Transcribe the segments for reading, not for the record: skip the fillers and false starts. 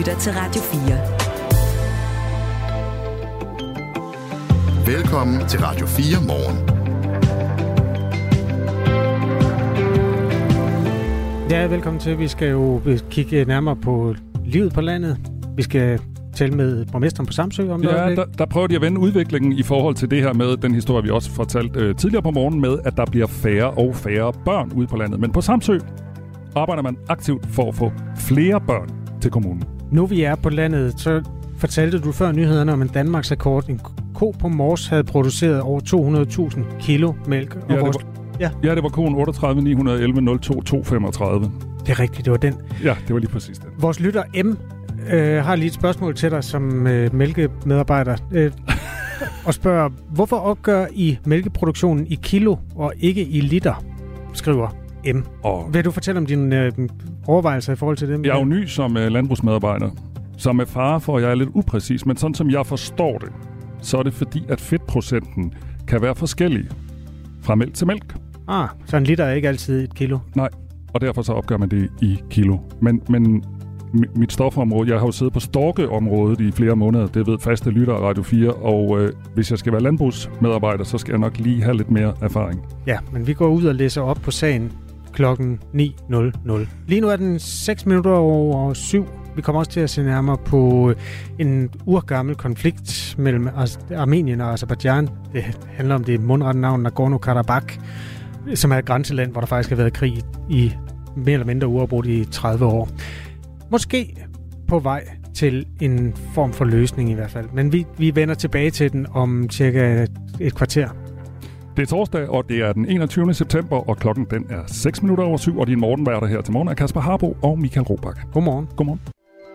lytter til Radio 4. Velkommen til Radio 4 morgen. Ja, velkommen til. Vi skal jo kigge nærmere på livet på landet. Vi skal tale med borgmesteren på Samsø om det. Ja, der prøver de at vende udviklingen i forhold til det her med den historie, vi også fortalte tidligere på morgen med, at der bliver færre og færre børn ude på landet. Men på Samsø arbejder man aktivt for at få flere børn til kommunen. Nu vi er på landet, så fortalte du før nyhederne om en Danmarks rekord. En ko på Mors havde produceret over 200.000 kilo mælk. Ja, det var koen 38 911 02 235. Det er rigtigt, det var den. Ja, det var lige præcis den. Vores lytter M har lige et spørgsmål til dig som mælkemedarbejder og spørger, hvorfor opgør I mælkeproduktionen i kilo og ikke i liter, skriver M. Vil du fortælle om dine overvejelser i forhold til det? Jeg er jo ny som landbrugsmedarbejder, så med fare for, at jeg er lidt upræcis, men sådan som jeg forstår det, så er det fordi, at fedtprocenten kan være forskellig fra mælk til mælk. Så en liter er ikke altid et kilo? Nej, og derfor så opgør man det i kilo. Men mit stofområde, jeg har jo siddet på storkeområdet i flere måneder, det ved faste lytter af Radio 4, og hvis jeg skal være landbrugsmedarbejder, så skal jeg nok lige have lidt mere erfaring. Ja, men vi går ud og læser op på sagen klokken 9.00. Lige nu er den 6 minutter over 7. Vi kommer også til at se nærmere på en urgammel konflikt mellem Armenien og Aserbajdsjan. Det handler om det mundrette navn Nagorno-Karabakh, som er et grænseland, hvor der faktisk har været krig i mere eller mindre uafbrudt i 30 år. Måske på vej til en form for løsning i hvert fald. Men vi vender tilbage til den om cirka et kvarter. Det er torsdag, og det er den 21. september, og klokken den er 6 minutter over 7, og din morgenværter her til morgen er Kasper Harbo og Michael Robach. Godmorgen. Godmorgen.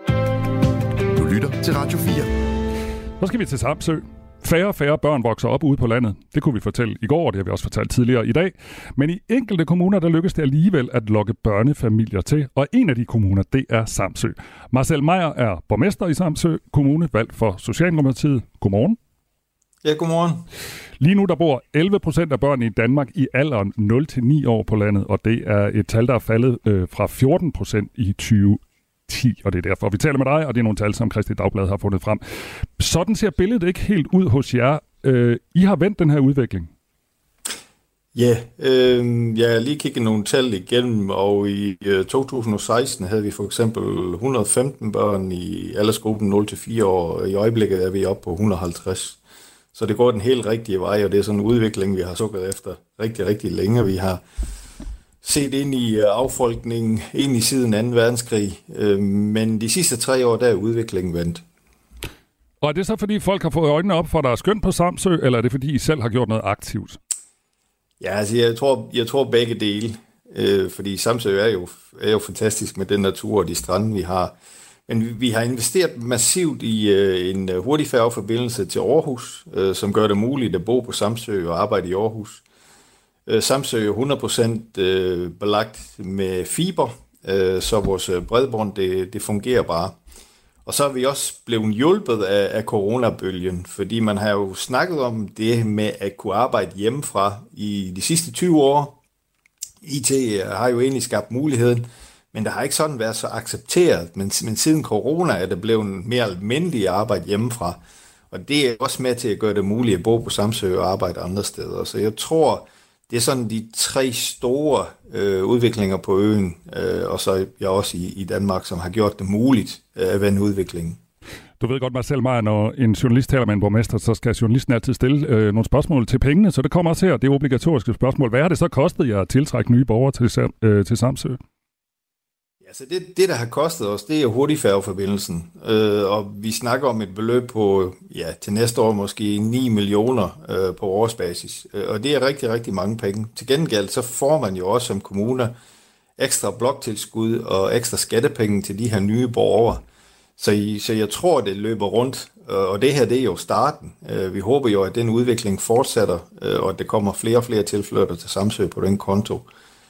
Du lytter til Radio 4. Så skal vi til Samsø. Færre og færre børn vokser op ude på landet. Det kunne vi fortælle i går, og det har vi også fortalt tidligere i dag. Men i enkelte kommuner, der lykkes det alligevel at lokke børnefamilier til, og en af de kommuner, det er Samsø. Marcel Meyer er borgmester i Samsø Kommune, valgt for Socialdemokratiet. Godmorgen. Ja, godmorgen. Lige nu der bor 11% af børn i Danmark i alderen 0-9 år på landet, og det er et tal, der er faldet fra 14% i 2010, og det er derfor, vi taler med dig, og det er nogle tal, som Kristi Dagblad har fundet frem. Sådan ser billedet ikke helt ud hos jer. I har vendt den her udvikling. Ja, jeg har lige kigget nogle tal igennem, og i 2016 havde vi for eksempel 115 børn i aldersgruppen 0-4 år, og i øjeblikket er vi oppe på 150. Så det går den helt rigtige vej, og det er sådan en udvikling, vi har sukket efter rigtig, rigtig længe. Vi har set ind i affolkningen, egentlig siden 2. verdenskrig, men de sidste 3 år, der er udviklingen vendt. Og er det så, fordi folk har fået øjnene op for, at der er skønt på Samsø, eller er det, fordi I selv har gjort noget aktivt? Ja, altså jeg tror begge dele, fordi Samsø er jo fantastisk med den natur og de strande, vi har. Men vi har investeret massivt i en hurtigfærgeforbindelse til Aarhus, som gør det muligt at bo på Samsø og arbejde i Aarhus. Samsø er 100% belagt med fiber, så vores bredbånd det fungerer bare. Og så er vi også blevet hjulpet af coronabølgen, fordi man har jo snakket om det med at kunne arbejde hjemmefra i de sidste 20 år. IT har jo egentlig skabt muligheden, men der har ikke sådan været så accepteret. Men siden corona er det blevet mere almindeligt at arbejde hjemmefra. Og det er også med til at gøre det muligt at bo på Samsø og arbejde andre steder. Så jeg tror, det er sådan de 3 store udviklinger på øen, og så jeg også i Danmark, som har gjort det muligt at vende udviklingen. Du ved godt, Marcel Meyer, når en journalist taler med en borgmester, så skal journalisten altid stille nogle spørgsmål til pengene, så det kommer også her, det obligatoriske spørgsmål. Hvad har det så kostet jer at tiltrække nye borgere til Samsø? Ja, så det, der har kostet os, det er hurtigfærgeforbindelsen, og vi snakker om et beløb på, til næste år måske 9 millioner på årsbasis, og det er rigtig, rigtig mange penge. Til gengæld så får man jo også som kommune ekstra bloktilskud og ekstra skattepenge til de her nye borgere, så jeg tror, det løber rundt, og det her, det er jo starten. Vi håber jo, at den udvikling fortsætter, og at der kommer flere og flere tilflyttere til Samsø på den konto,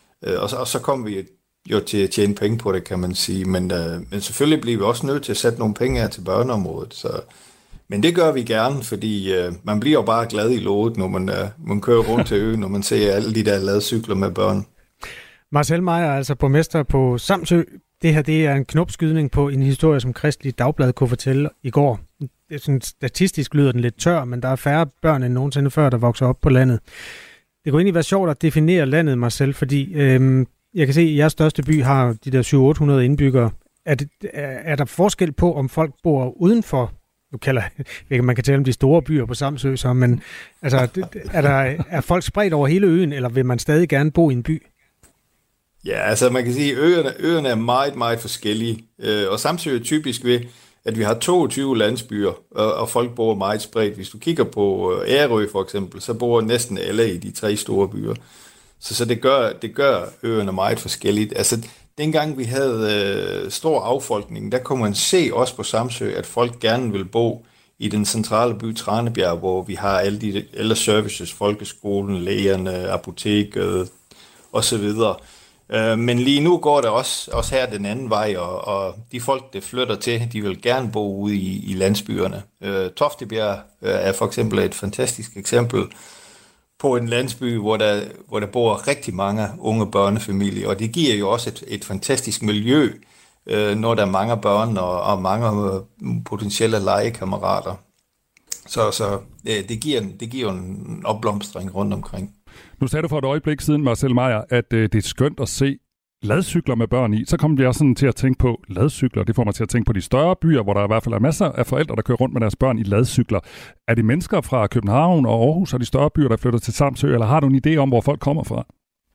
og så kommer vi jo til at tjene penge på det, kan man sige. Men selvfølgelig bliver vi også nødt til at sætte nogle penge her til børneområdet. Men det gør vi gerne, fordi man bliver jo bare glad i låget, når man kører rundt til øen, når man ser alle de der ladcykler med børn. Marcel Meyer, altså borgmester på Samsø Det her, det er en knopskydning på en historie, som Kristeligt Dagblad kunne fortælle i går. Det er sådan, statistisk lyder den lidt tør, men der er færre børn end nogensinde før, der vokser op på landet. Det kunne egentlig være sjovt at definere landet, Marcel, fordi jeg kan se, at jeres største by har de der 700-800 indbyggere. Er der forskel på, om folk bor udenfor, man kan tale om de store byer på Samsø, men altså, er folk spredt over hele øen, eller vil man stadig gerne bo i en by? Ja, altså man kan sige, at øerne er meget, meget forskellige, og Samsø er typisk ved, at vi har 22 landsbyer, og folk bor meget spredt. Hvis du kigger på Ærø for eksempel, så bor næsten alle i de 3 store byer. Så det gør øerne meget forskelligt. Altså, dengang vi havde stor affolkning, der kunne man se også på Samsø, at folk gerne vil bo i den centrale by Tranebjerg, hvor vi har alle services, folkeskolen, lægerne, apoteket osv. Men lige nu går det også her den anden vej, og de folk, der flytter til, de vil gerne bo ude i landsbyerne. Toftebjerg er for eksempel et fantastisk eksempel på en landsby, hvor der bor rigtig mange unge børnefamilier, og det giver jo også et fantastisk miljø, når der er mange børn og mange potentielle legekammerater. Så det giver en opblomstring rundt omkring. Nu sagde du for et øjeblik siden, Marcel Meyer, at det er skønt at se ladcykler med børn i. Så kommer vi også sådan til at tænke på ladcykler. Det får mig til at tænke på de større byer, hvor der i hvert fald er masser af forældre, der kører rundt med deres børn i ladcykler. Er det mennesker fra København og Aarhus og de større byer, der flytter til Samsø, eller har du en idé om, hvor folk kommer fra?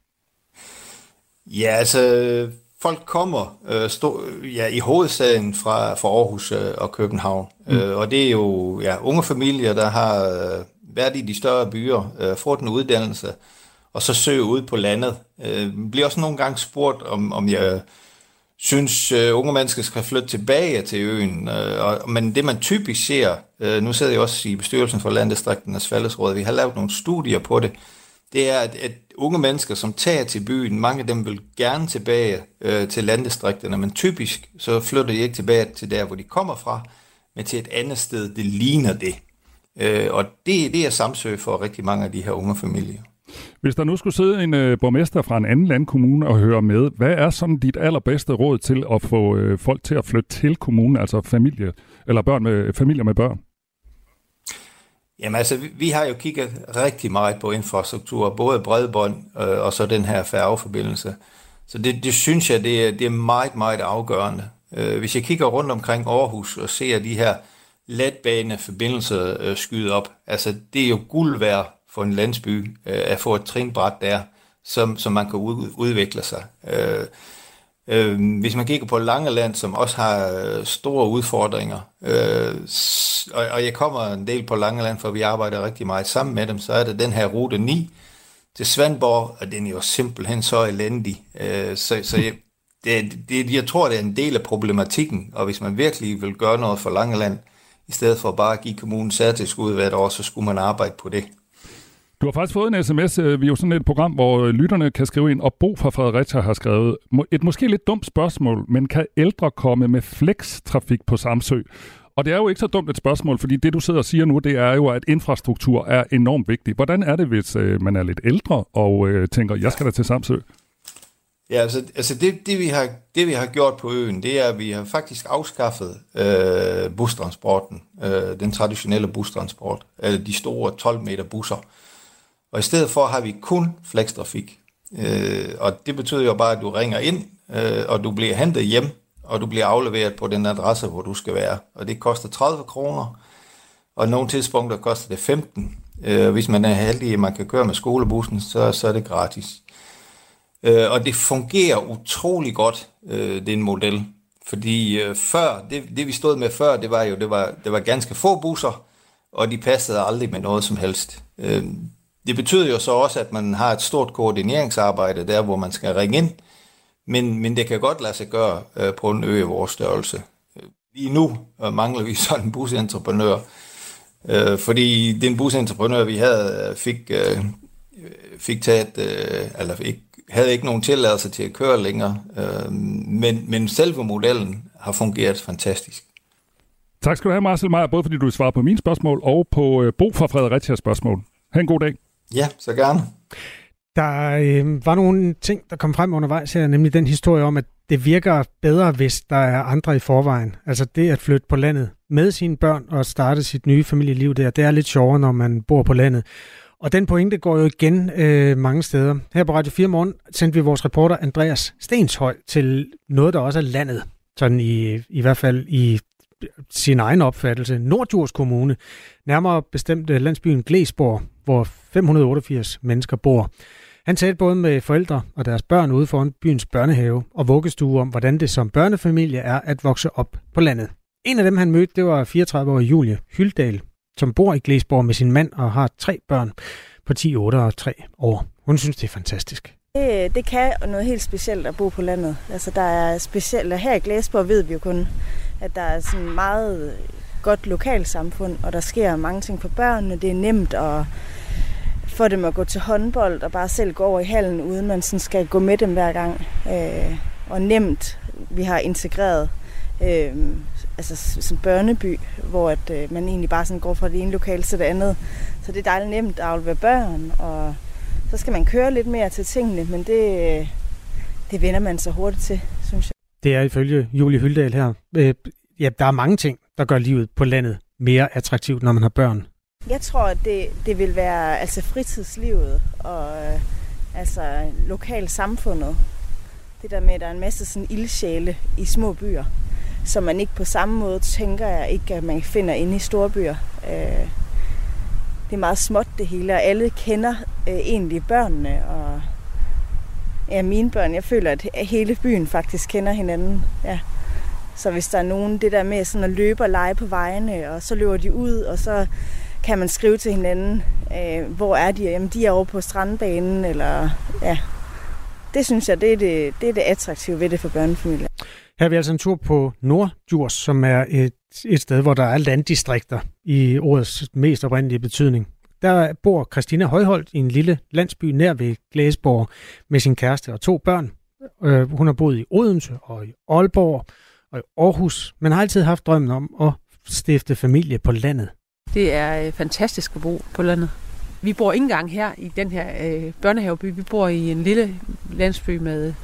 Ja, altså folk kommer i hovedsagen fra Aarhus og København. Og det er jo unge familier, der har været i de større byer, fået en uddannelse, og så søge ud på landet. Bliver også nogle gange spurgt, om jeg synes, unge mennesker skal flytte tilbage til øen. Men det man typisk ser, nu sidder jeg også i bestyrelsen for Landdistrikternes Fællesråd, vi har lavet nogle studier på det, det er, at unge mennesker, som tager til byen, mange af dem vil gerne tilbage til landdistrikterne, men typisk så flytter de ikke tilbage til der, hvor de kommer fra, men til et andet sted, det ligner det. Og det er Samsø for rigtig mange af de her unge familier. Hvis der nu skulle sidde en borgmester fra en anden landkommune og høre med, hvad er sådan dit allerbedste råd til at få folk til at flytte til kommunen, altså familier med børn? Jamen altså, vi har jo kigget rigtig meget på infrastruktur, både bredbånd og så den her færgeforbindelse. Så det synes jeg, det er meget, meget afgørende. Hvis jeg kigger rundt omkring Aarhus og ser de her letbaneforbindelser skyde op, altså det er jo guld værd for en landsby at få et trinbræt der, som man kan udvikle sig. Hvis man kigger på Langeland, som også har store udfordringer, og jeg kommer en del på Langeland, for vi arbejder rigtig meget sammen med dem, så er det den her rute 9 til Svendborg, og den er jo simpelthen så elendig. Jeg tror, det er en del af problematikken, og hvis man virkelig vil gøre noget for Langeland, i stedet for bare at give kommunen særtilskud hvert år, så skulle man arbejde på det. Du har faktisk fået en sms. Vi er jo sådan et program, hvor lytterne kan skrive ind, og Bo fra Fredericia har skrevet et måske lidt dumt spørgsmål, men kan ældre komme med flextrafik på Samsø? Og det er jo ikke så dumt et spørgsmål, fordi det, du sidder og siger nu, det er jo, at infrastruktur er enormt vigtig. Hvordan er det, hvis man er lidt ældre og tænker, jeg skal da til Samsø? Ja, altså det vi har gjort på øen, det er, at vi har faktisk afskaffet bustransporten, den traditionelle bustransport, de store 12 meter busser. Og i stedet for har vi kun flextrafik. Og det betyder jo bare, at du ringer ind, og du bliver hentet hjem, og du bliver afleveret på den adresse, hvor du skal være. Og det koster 30 kroner, og nogle tidspunkter koster det 15. Hvis man er heldig, at man kan køre med skolebussen, så er det gratis. Og det fungerer utrolig godt, den model. Fordi før, det vi stod med før, det var ganske få busser, og de passede aldrig med noget som helst. Det betyder jo så også, at man har et stort koordineringsarbejde der, hvor man skal ringe ind, men det kan godt lade sig gøre på en ø af vores størrelse. Lige nu mangler vi sådan en busentreprenør, fordi den busentreprenør, vi havde, fik taget, havde ikke nogen tilladelse til at køre længere, men selve modellen har fungeret fantastisk. Tak skal du have, Marcel Meyer, både fordi du svarer på mine spørgsmål og på Bo fra Fredericia spørgsmål. Ha' en god dag. Ja, så gerne. Der var nogle ting, der kom frem undervejs her, nemlig den historie om, at det virker bedre, hvis der er andre i forvejen. Altså det at flytte på landet med sine børn og starte sit nye familieliv der, det er lidt sjovere, når man bor på landet. Og den pointe går jo igen mange steder. Her på Radio 4 Morgen sendte vi vores reporter Andreas Stenshøj til noget, der også er landet. Sådan i hvert fald i sin egen opfattelse. Norddjurs Kommune, nærmere bestemt landsbyen Glesborg, hvor 588 mennesker bor. Han talte både med forældre og deres børn ude foran byens børnehave og vuggestue om, hvordan det som børnefamilie er at vokse op på landet. En af dem, han mødte, det var 34-årige Julie Hyldal, som bor i Glesborg med sin mand og har 3 børn på 10, 8 og 3 år. Hun synes, det er fantastisk. Det kan noget helt specielt at bo på landet. Altså, der er specielt, her i Glesborg ved vi jo kun, at der er sådan meget godt lokalsamfund, og der sker mange ting for børnene. Det er nemt at få dem at gå til håndbold og bare selv gå over i hallen, uden man sådan skal gå med dem hver gang. Og nemt, vi har integreret som børneby, hvor man egentlig bare sådan går fra det ene lokale til det andet. Så det er dejligt nemt at aflevere børn, og så skal man køre lidt mere til tingene, men det vender man så hurtigt til, synes jeg. Det er ifølge Julie Hyldal her. Der er mange ting, der gør livet på landet mere attraktivt, når man har børn. Jeg tror, at det vil være fritidslivet og lokalsamfundet. Det der med, at der er en masse sådan ildsjæle i små byer, som man ikke på samme måde tænker jeg ikke, at man finder inde i store byer. Det er meget småt det hele, og alle kender egentlig børnene. Og mine børn, jeg føler, at hele byen faktisk kender hinanden. Ja. Så hvis der er nogen, det der med sådan at løbe og lege på vejene, og så løber de ud, og så kan man skrive til hinanden, hvor er de? Jamen, de er over på strandbanen, eller ja. Det synes jeg, det er det attraktive ved det for børnefamilier. Her er vi altså en tur på Norddjurs, som er et sted, hvor der er landdistrikter i ordets mest oprindelige betydning. Der bor Christina Højholt i en lille landsby nær ved Glesborg med sin kæreste og 2 børn. Hun har boet i Odense og i Aalborg og i Aarhus, men har altid haft drømmen om at stifte familie på landet. Det er fantastisk at bo på landet. Vi bor ikke engang her i den her børnehaveby. Vi bor i en lille landsby med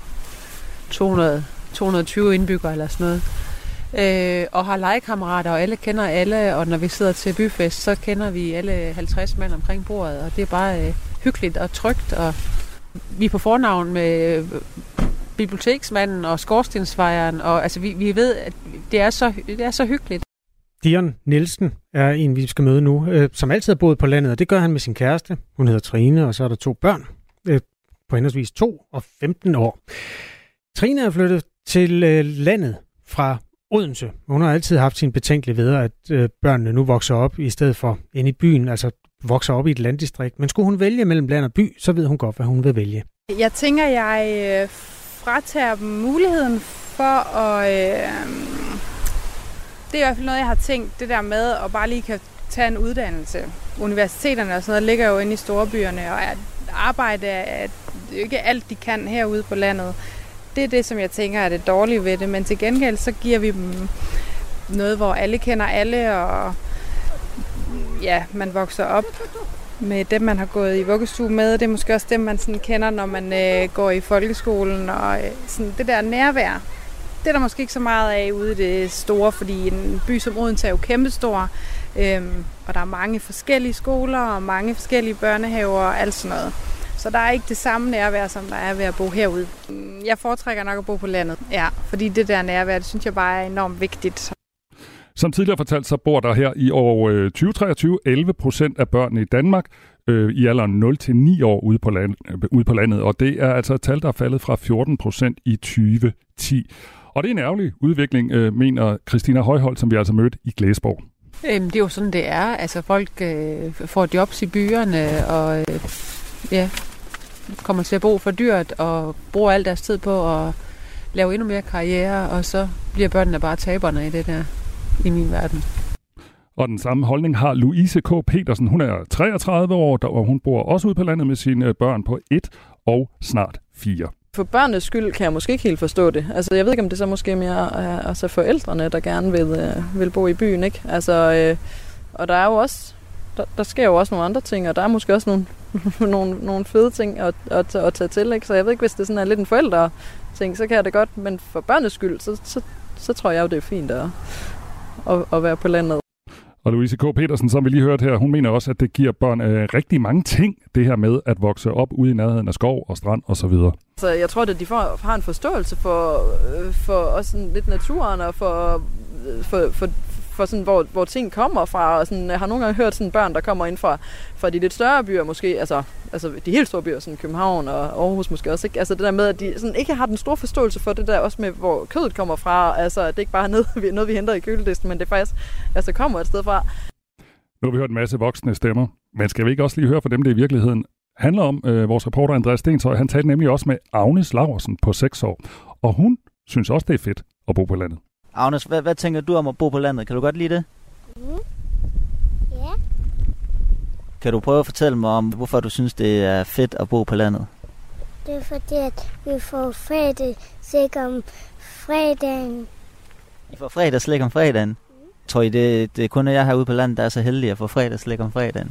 220 indbyggere eller sådan noget. Og har legekammerater, og alle kender alle, og når vi sidder til byfest, så kender vi alle 50 mænd omkring bordet, og det er bare hyggeligt og trygt. Og vi er på fornavn med biblioteksmanden og skorstensfejeren, og altså vi ved, at det er så hyggeligt. Dion Nielsen er en, vi skal møde nu, som altid har boet på landet, og det gør han med sin kæreste. Hun hedder Trine, og så er der 2 børn på henholdsvis 2 og 15 år. Trine er flyttet til landet fra Odense. Hun har altid haft sin betænkelige ved, at børnene nu vokser op i stedet for inde i byen, altså vokser op i et landdistrikt. Men skulle hun vælge mellem land og by, så ved hun godt, hvad hun vil vælge. Jeg tænker, jeg fratager dem muligheden for at... Det er i hvert fald noget, jeg har tænkt, det der med at bare lige kan tage en uddannelse. Universiteterne og sådan noget ligger jo inde i storbyerne, og at arbejde er ikke alt, de kan herude på landet. Det er det, som jeg tænker er det dårlige ved det, men til gengæld så giver vi dem noget, hvor alle kender alle, og ja, man vokser op med dem, man har gået i vuggestue med. Det er måske også dem, man sådan kender, når man går i folkeskolen, og sådan det der nærvær. Det er der måske ikke så meget af ude i det store, fordi en by som Odense er jo kæmpestor, og der er mange forskellige skoler og mange forskellige børnehaver og alt sådan noget. Så der er ikke det samme nærvær, som der er ved at bo herude. Jeg foretrækker nok at bo på landet, ja, fordi det der nærvær, det synes jeg bare er enormt vigtigt. Som tidligere fortalt, så bor der her i år 2023 11% af børnene i Danmark i alderen 0-9 år ude på landet, og det er altså et tal, der er faldet fra 14% i 2010. Og det er en ærgerlig udvikling, mener Christina Højholt, som vi altså mødte i Glesborg. Det er jo sådan, det er. Altså folk får jobs i byerne, og kommer til at bo for dyrt, og bruger al deres tid på at lave endnu mere karriere, og så bliver børnene bare taberne i det der, i min verden. Og den samme holdning har Louise K. Petersen. Hun er 33 år, og hun bor også ude på landet med sine børn på 1 og snart 4. For børnenes skyld kan jeg måske ikke helt forstå det. Altså, jeg ved ikke, om det så måske mere er forældrene, der gerne vil bo i byen, ikke? Altså, og der er jo også der sker jo også nogle andre ting, og der er måske også nogle fede ting at tage til, ikke? Så jeg ved ikke, hvis det sådan er lidt en forældre-ting, så kan jeg det godt, men for børnenes skyld, så tror jeg jo, det er fint at være på landet. Og Louise K. Petersen, som vi lige hørte her, hun mener også, at det giver børn rigtig mange ting, det her med at vokse op ude i nærheden af skov og strand osv. Så jeg tror, at de har en forståelse for også sådan lidt naturen og for sådan, hvor ting kommer fra. Og sådan, jeg har nogle gange hørt sådan børn, der kommer ind fra de lidt større byer måske, altså de helt store byer, sådan København og Aarhus måske også, ikke? Altså det der med, at de sådan ikke har den store forståelse for det der, også med, hvor kødet kommer fra. Altså at det ikke bare er noget, vi henter i køledisken, men det faktisk kommer et sted fra. Nu har vi hørt en masse voksne stemmer, men skal vi ikke også lige høre fra dem, det i virkeligheden handler om? Vores reporter Andreas Stenshøj, han talte nemlig også med Agnes Laursen på 6 år, og hun synes også, det er fedt at bo på landet. Agnes, hvad tænker du om at bo på landet? Kan du godt lide det? Ja. Kan du prøve at fortælle mig om, hvorfor du synes, det er fedt at bo på landet? Det er fordi, at vi får fredagsslik om fredagen. I får fredagsslik om fredagen? Tror I, det er kun jeg herude på landet, der er så heldig at få fredagsslik om fredagen?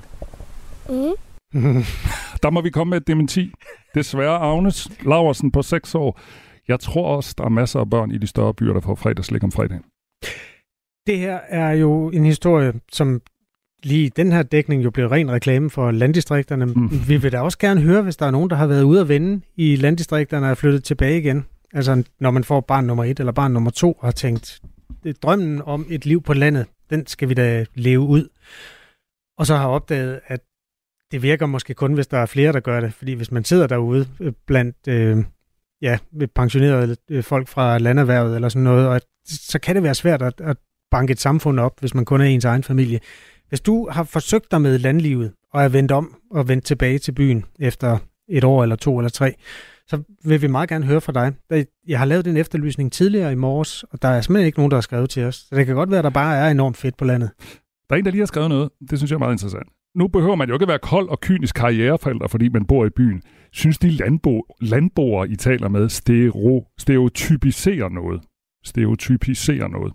Der må vi komme med et dementi. Desværre, Agnes Laursen på 6 år. Jeg tror også, der er masser af børn i de større byer, der får fredagsslik om fredagen. Det her er jo en historie, som lige i den her dækning jo blev ren reklame for landdistrikterne. Vi vil da også gerne høre, hvis der er nogen, der har været ude at vende i landdistrikterne og er flyttet tilbage igen. Altså når man får barn nummer 1 eller barn nummer 2 og har tænkt, drømmen om et liv på landet, den skal vi da leve ud. Og så har opdaget, at det virker måske kun, hvis der er flere, der gør det. Fordi hvis man sidder derude blandt pensionerede folk fra landerhvervet eller sådan noget, og så kan det være svært at banke et samfund op, hvis man kun er ens egen familie. Hvis du har forsøgt dig med landlivet, og er vendt om og vendt tilbage til byen efter 1 år eller 2 eller 3, så vil vi meget gerne høre fra dig. Jeg har lavet en efterlysning tidligere i morges, og der er simpelthen ikke nogen, der har skrevet til os. Så det kan godt være, at der bare er enormt fedt på landet. Der er en, der lige har skrevet noget. Det synes jeg er meget interessant. Nu behøver man jo ikke være kold og kynisk karriereforælder, fordi man bor i byen. Synes de landboere, I taler med, stereotypiserer noget?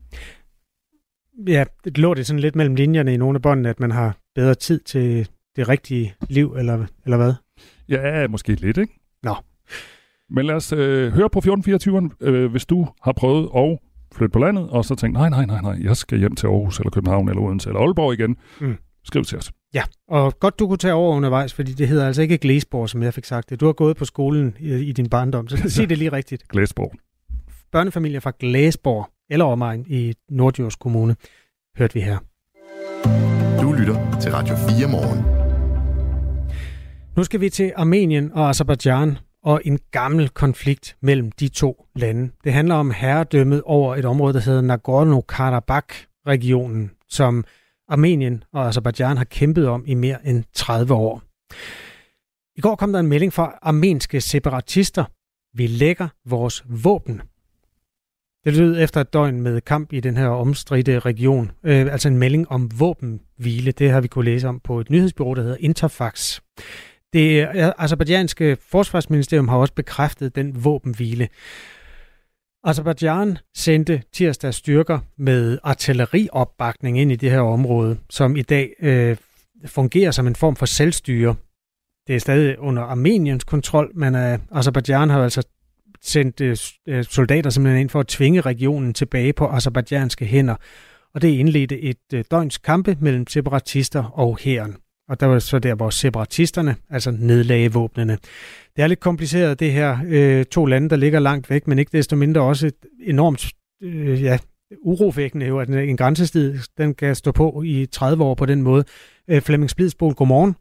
Ja, det lå det sådan lidt mellem linjerne i nogle af båndene, at man har bedre tid til det rigtige liv, eller hvad? Ja, måske lidt, ikke? Nå. Men lad os høre på 1424, hvis du har prøvet at flytte på landet, og så tænkt, nej, jeg skal hjem til Aarhus, eller København, eller Odense, eller Aalborg igen. Skriv til os. Ja, og godt du kunne tage over undervejs, fordi det hedder altså ikke Glæsborg, som jeg fik sagt det. Du har gået på skolen i din barndom, så sig det lige rigtigt. Glæsborg. Børnefamilier fra Glæsborg, eller omegn i Norddjurs Kommune, hørte vi her. Du lytter til Radio 4 morgen. Nu skal vi til Armenien og Aserbajdsjan og en gammel konflikt mellem de 2 lande. Det handler om herredømmet over et område, der hedder Nagorno-Karabakh-regionen, som Armenien og Aserbajdsjan har kæmpet om i mere end 30 år. I går kom der en melding fra armenske separatister. Vi lægger vores våben. Det lød efter et døgn med kamp i den her omstridte region. Altså en melding om våbenhvile. Det har vi kunne læse om på et nyhedsbureau, der hedder Interfax. Det aserbajdsjanske forsvarsministerium har også bekræftet den våbenhvile. Aserbajdsjan sendte tirsdag styrker med artilleriopbakning ind i det her område, som i dag fungerer som en form for selvstyre. Det er stadig under Armeniens kontrol, men Aserbajdsjan har altså sendt soldater simpelthen ind for at tvinge regionen tilbage på aserbajdsjanske hænder. Og det indledte et døgns kampe mellem separatister og hæren. Og der var så der, hvor separatisterne altså nedlagde våbnene. Det er lidt kompliceret, det her 2 lande, der ligger langt væk, men ikke desto mindre også et enormt urovækkende, jo, at en grænsestid, den kan stå på i 30 år på den måde. Flemming Splidsbol, godmorgen.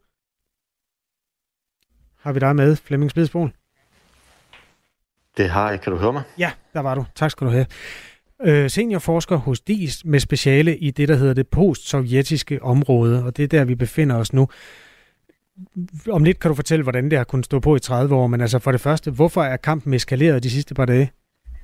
Har vi dig med, Flemming Splidsbol? Det har jeg. Kan du høre mig? Ja, der var du. Tak skal du have. Seniorforsker hos DIS med speciale i det, der hedder det postsovjetiske område, og det er der, vi befinder os nu. Om lidt kan du fortælle, hvordan det har kunnet stå på i 30 år, men altså for det første, hvorfor er kampen eskaleret de sidste par dage?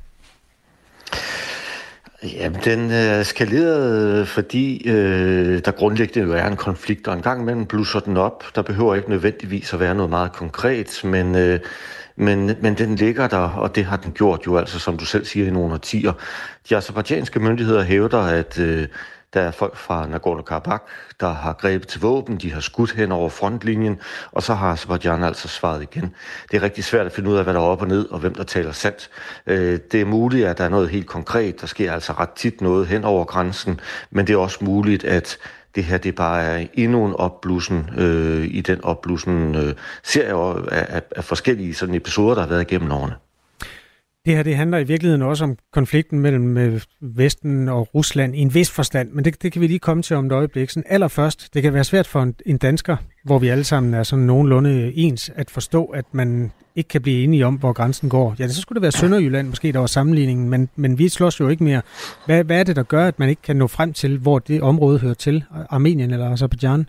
Jamen, den eskalerede, fordi der grundlæggende jo er en konflikt, og en gang imellem blusser den op. Der behøver ikke nødvendigvis at være noget meget konkret, men den ligger der, og det har den gjort jo altså, som du selv siger, i nogle årtier. De aserbajdsjanske myndigheder hævder, at Der er folk fra Nagorno-Karabakh, der har grebet til våben, de har skudt hen over frontlinjen, og så har Aserbajdsjan altså svaret igen. Det er rigtig svært at finde ud af, hvad der er op og ned, og hvem der taler sandt. Det er muligt, at der er noget helt konkret. Der sker altså ret tit noget hen over grænsen, men det er også muligt, at det her det bare er endnu en opblussen i den opblussen serie af forskellige sådan episoder, der har været igennem årene. Det her det handler i virkeligheden også om konflikten mellem Vesten og Rusland i en vis forstand, men det kan vi lige komme til om et øjeblik. Sådan allerførst, det kan være svært for en dansker, hvor vi alle sammen er sådan nogenlunde ens, at forstå, at man ikke kan blive enige om, hvor grænsen går. Ja, så skulle det være Sønderjylland, måske der var sammenligningen, men vi slås jo ikke mere. Hvad er det, der gør, at man ikke kan nå frem til, hvor det område hører til? Armenien eller Aserbajdsjan?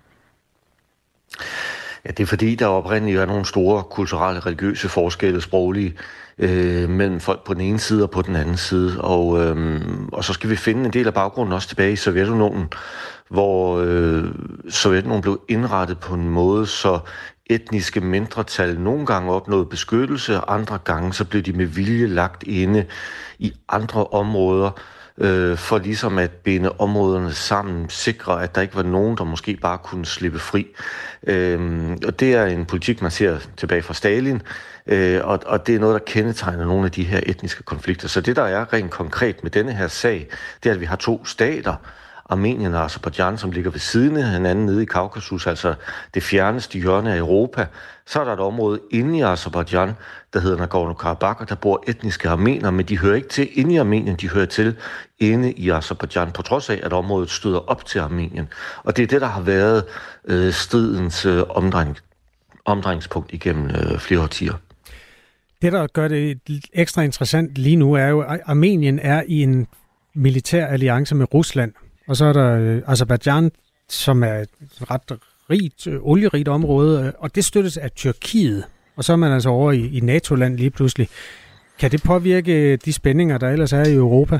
Ja, det er fordi, der oprindeligt er nogle store kulturelle, religiøse forskelle, sproglige, mellem folk på den ene side og på den anden side. Og så skal vi finde en del af baggrunden også tilbage i Sovjetunionen, hvor Sovjetunionen blev indrettet på en måde, så etniske mindretal nogle gange opnåede beskyttelse, og andre gange så blev de med vilje lagt inde i andre områder, for ligesom at binde områderne sammen, sikre, at der ikke var nogen, der måske bare kunne slippe fri. Og det er en politik, man ser tilbage fra Stalin, og det er noget, der kendetegner nogle af de her etniske konflikter. Så det, der er rent konkret med denne her sag, det er, at vi har to stater, Armenien og Aserbajdsjan, som ligger ved siden af hinanden nede i Kaukasus, altså det fjerneste hjørne af Europa. Så er der et område inde i Aserbajdsjan, der hedder Nagorno-Karabakh, og der bor etniske armener, men de hører ikke til inde i Armenien, de hører til inde i Aserbajdsjan, på trods af, at området støder op til Armenien. Og det er det, der har været stridens omdrejningspunkt igennem flere årtier. Det, der gør det ekstra interessant lige nu, er jo, at Armenien er i en militær alliance med Rusland. Og så er der Aserbajdsjan, som er et ret rigt, olierigt område, og det støttes af Tyrkiet. Og så er man altså over i NATO-land lige pludselig. Kan det påvirke de spændinger, der ellers er i Europa?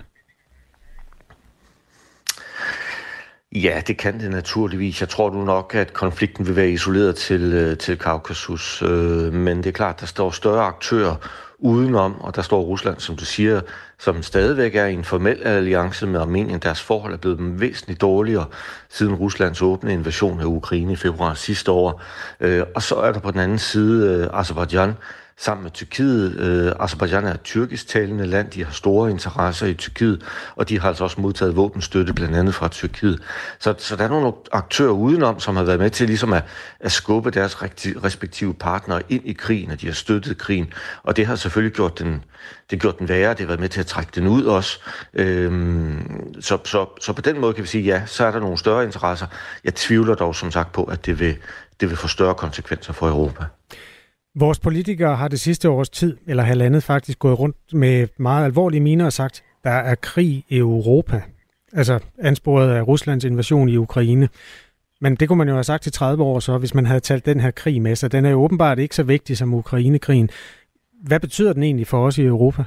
Ja, det kan det naturligvis. Jeg tror nu nok, at konflikten vil være isoleret til Kaukasus. Men det er klart, der står større aktører udenom, og der står Rusland, som du siger, som stadigvæk er i en formel alliance med Armenien. Deres forhold er blevet væsentligt dårligere siden Ruslands åbne invasion af Ukraine i februar sidste år. Og så er der på den anden side Aserbajdsjan sammen med Tyrkiet. Aserbajdsjan er et tyrkisk-talende land. De har store interesser i Tyrkiet, og de har altså også modtaget våbenstøtte, blandt andet fra Tyrkiet. Så der er nogle aktører udenom, som har været med til ligesom at skubbe deres respektive partnere ind i krigen, og de har støttet krigen. Og det har selvfølgelig gjort den værre. Det har været med til at trække den ud også. Så på den måde kan vi sige, ja, så er der nogle større interesser. Jeg tvivler dog som sagt på, at det vil få større konsekvenser for Europa. Vores politikere har det sidste års tid, eller halvandet faktisk, gået rundt med meget alvorlige miner og sagt, der er krig i Europa. Altså ansporet af Ruslands invasion i Ukraine. Men det kunne man jo have sagt til 30 år så, hvis man havde talt den her krig med sig. Den er jo åbenbart ikke så vigtig som Ukraine-krigen. Hvad betyder den egentlig for os i Europa?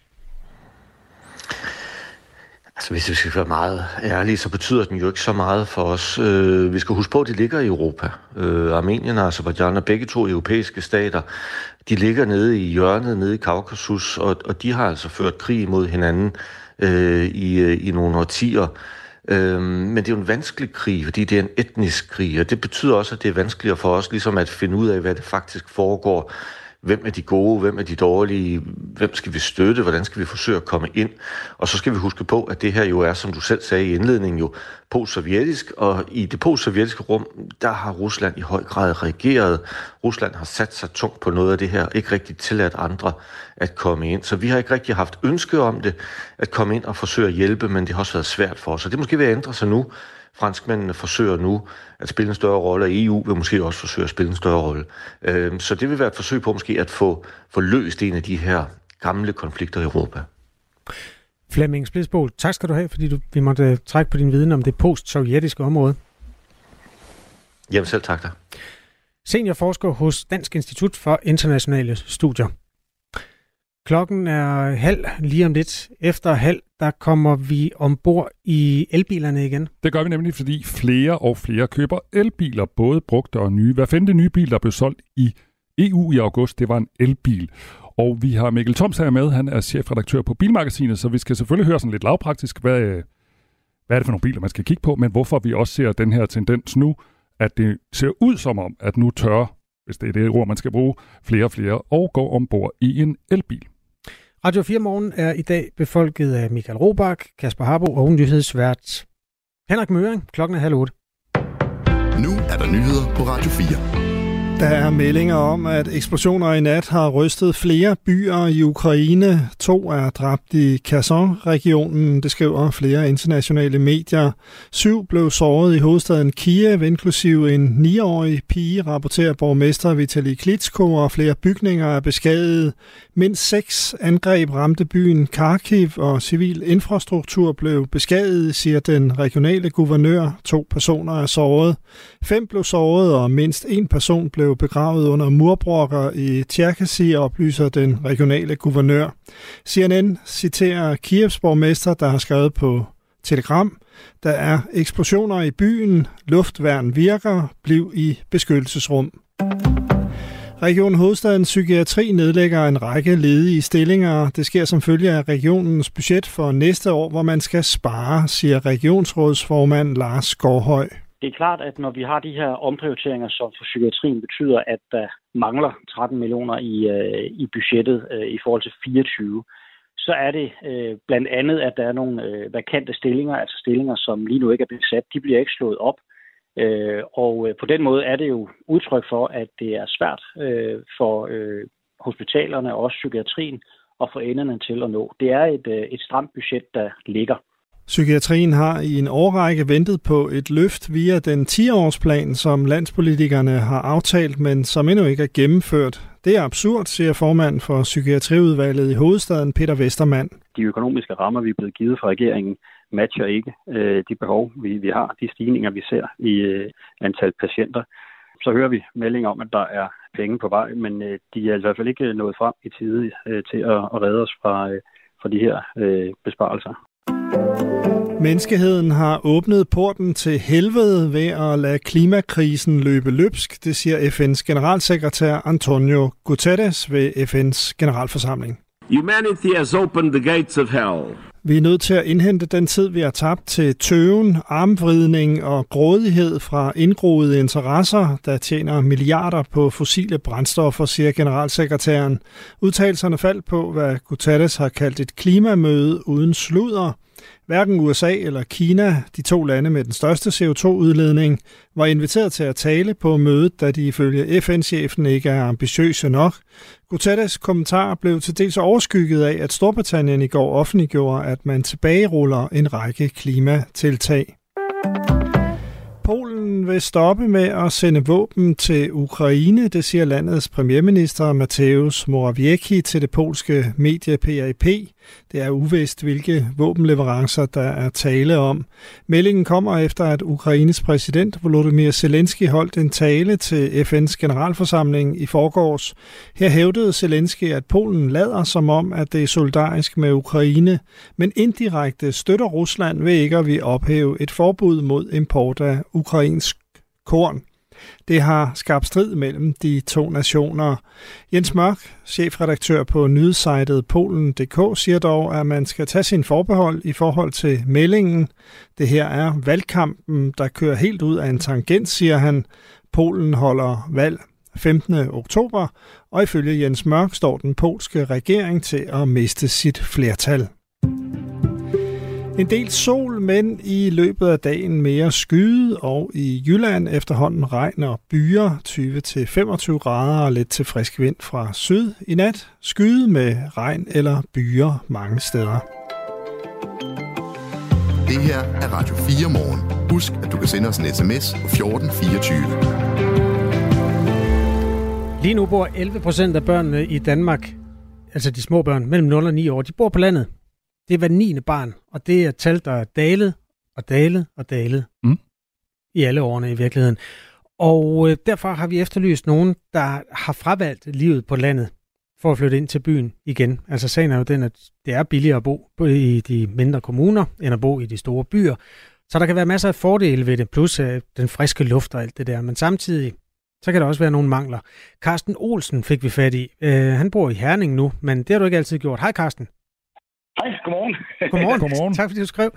Altså hvis vi skal være meget ærlige, så betyder den jo ikke så meget for os. Vi skal huske på, at de ligger i Europa. Armenien og Aserbajdsjan er begge to europæiske stater. De ligger nede i hjørnet, nede i Kaukasus, og de har altså ført krig mod hinanden i nogle årtier. Men det er jo en vanskelig krig, fordi det er en etnisk krig, og det betyder også, at det er vanskeligere for os ligesom at finde ud af, hvad det faktisk foregår. Hvem er de gode, hvem er de dårlige, hvem skal vi støtte, hvordan skal vi forsøge at komme ind. Og så skal vi huske på, at det her jo er, som du selv sagde i indledningen, jo postsovjetisk, og i det postsovjetiske rum, der har Rusland i høj grad reageret. Rusland har sat sig tungt på noget af det her, ikke rigtig tilladt andre at komme ind. Så vi har ikke rigtig haft ønske om det, at komme ind og forsøge at hjælpe, men det har også været svært for os. Så det er måske ved at ændre sig nu. Franskmændene forsøger nu at spille en større rolle, og EU vil måske også forsøge at spille en større rolle. Så det vil være et forsøg på måske at få løst en af de her gamle konflikter i Europa. Flemming Splidsboel, tak skal du have, fordi vi måtte trække på din viden om det post-sovjetiske område. Jamen selv tak dig. Seniorforsker hos Dansk Institut for Internationale Studier. Klokken er 12:30 lige om lidt. Efter 12:30, der kommer vi ombord i elbilerne igen. Det gør vi nemlig, fordi flere og flere køber elbiler, både brugte og nye. Hver 5. nye bil, der blev solgt i EU i august, det var en elbil. Og vi har Mikkel Thoms her med. Han er chefredaktør på Bilmagasinet, så vi skal selvfølgelig høre sådan lidt lavpraktisk, hvad hvad er det for nogle biler, man skal kigge på, men hvorfor vi også ser den her tendens nu, at det ser ud som om, at nu tør, hvis det er det ord, man skal bruge, flere og flere og går ombord i en elbil. Radio 4 Morgen er i dag befolket af Michael Robach, Kasper Harbo og nyhedsvært Henrik Møring. Klokken er 7:30. Nu er der nyheder på Radio 4. Der er meldinger om, at eksplosioner i nat har rystet flere byer i Ukraine. 2 er dræbt i Kherson-regionen, det skriver flere internationale medier. 7 blev såret i hovedstaden Kiev, inklusive en 9-årig pige, rapporterer borgmester Vitali Klitschko, og flere bygninger er beskadiget. Mindst 6 angreb ramte byen Kharkiv, og civil infrastruktur blev beskadiget, siger den regionale guvernør. 2 personer er såret. 5 blev såret, og mindst 1 person blev begravet under murbrokker i Tjerkasy, oplyser den regionale guvernør. CNN citerer Kievs borgmester, der har skrevet på Telegram: der er eksplosioner i byen, luftværn virker, bliv i beskyttelsesrum. Region Hovedstadens Psykiatri nedlægger en række ledige stillinger. Det sker som følge af regionens budget for næste år, hvor man skal spare, siger regionsrådsformand Lars Gårdhøj. Det er klart, at når vi har de her omprioriteringer, som for psykiatrien betyder, at der mangler 13 millioner i budgettet i forhold til 24, så er det blandt andet, at der er nogle vakante stillinger, altså stillinger, som lige nu ikke er besat. De bliver ikke slået op. Og på den måde er det jo udtryk for, at det er svært for hospitalerne og også psykiatrien at få enderne til at nå. Det er et stramt budget, der ligger. Psykiatrien har i en årrække ventet på et løft via den 10-årsplan, som landspolitikerne har aftalt, men som endnu ikke er gennemført. Det er absurd, siger formand for Psykiatriudvalget i hovedstaden, Peter Vestermand. De økonomiske rammer, vi er blevet givet fra regeringen, matcher ikke de behov, vi har, de stigninger, vi ser i antal patienter. Så hører vi meldinger om, at der er penge på vej, men de er i hvert fald ikke nået frem i tide til at redde os fra de her besparelser. Menneskeheden har åbnet porten til helvede ved at lade klimakrisen løbe løbsk, det siger FN's generalsekretær Antonio Guterres ved FN's generalforsamling. Humanity has opened the gates of hell. Vi er nødt til at indhente den tid, vi har tabt til tøven, armvridning og grådighed fra indgroede interesser, der tjener milliarder på fossile brændstoffer, siger generalsekretæren. Udtalelserne faldt på, hvad Guterres har kaldt et klimamøde uden sludder. Hverken USA eller Kina, de 2 lande med den største CO2-udledning, var inviteret til at tale på mødet, da de ifølge FN-chefen ikke er ambitiøse nok. Guterres kommentar blev til dels overskygget af, at Storbritannien i går offentliggjorde, at man tilbageruller en række klimatiltag. Polen vil stoppe med at sende våben til Ukraine, det siger landets premierminister Mateusz Morawiecki til det polske medie PAP. Det er uvist, hvilke våbenleverancer der er tale om. Meldingen kommer efter, at Ukraines præsident Volodymyr Zelensky holdt en tale til FN's generalforsamling i forgårs. Her hævdede Zelensky, at Polen lader som om, at det er solidarisk med Ukraine, men indirekte støtter Rusland ved ikke at vi ophæve et forbud mod import af ukrainsk korn. Det har skabt strid mellem de 2 nationer. Jens Mørk, chefredaktør på nyhedssejtet Polen.dk, siger dog, at man skal tage sin forbehold i forhold til meldingen. Det her er valgkampen, der kører helt ud af en tangent, siger han. Polen holder valg 15. oktober, og ifølge Jens Mørk står den polske regering til at miste sit flertal. En del sol, men i løbet af dagen mere skyde, og i Jylland efterhånden regn og byer, 20-25 grader og lidt til frisk vind fra syd. I nat skyde med regn eller byer mange steder. Det her er Radio 4 Morgen. Husk, at du kan sende os en sms på 1424. Lige nu bor 11% af børnene i Danmark, altså de små børn mellem 0 og 9 år, de bor på landet. Det er hver 9. barn, og det er et tal, der er dalet og dalet og dalet i alle årene i virkeligheden. Og derfor har vi efterlyst nogen, der har fravalgt livet på landet for at flytte ind til byen igen. Altså sagen er jo den, at det er billigere at bo i de mindre kommuner, end at bo i de store byer. Så der kan være masser af fordele ved det, plus den friske luft og alt det der. Men samtidig, så kan der også være nogle mangler. Carsten Olsen fik vi fat i. Han bor i Herning nu, men det har du ikke altid gjort. Hej Carsten. Hej, godmorgen. Godmorgen. Tak fordi du skrev.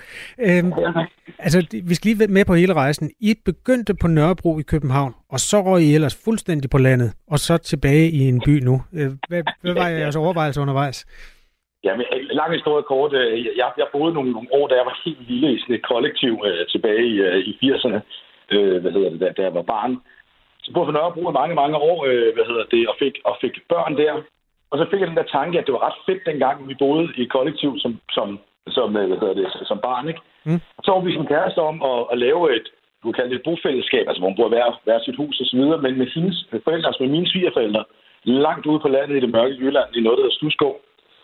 Vi skal lige med på hele rejsen. I begyndte på Nørrebro i København, og så røg I ellers fuldstændig på landet, og så tilbage i en by nu. Hvad var jeres overvejelse undervejs? Jamen, lang historie kort. Jeg boede nogle år, da jeg var helt lille i sådan et kollektiv tilbage i 80'erne, da jeg var barn. Så boede på Nørrebro i mange, mange år, og fik børn der. Og så fik jeg den der tanke, at det var ret fedt dengang, vi boede i et kollektiv som barn, ikke? Så var vi som kæreste om at lave et, du kan kalde det et bofællesskab, altså hvor man bor hver sit hus og så videre, men med hendes forældre, altså med mine svigerforældre, langt ude på landet i det mørke Jylland, i noget, der hedder Slusgård.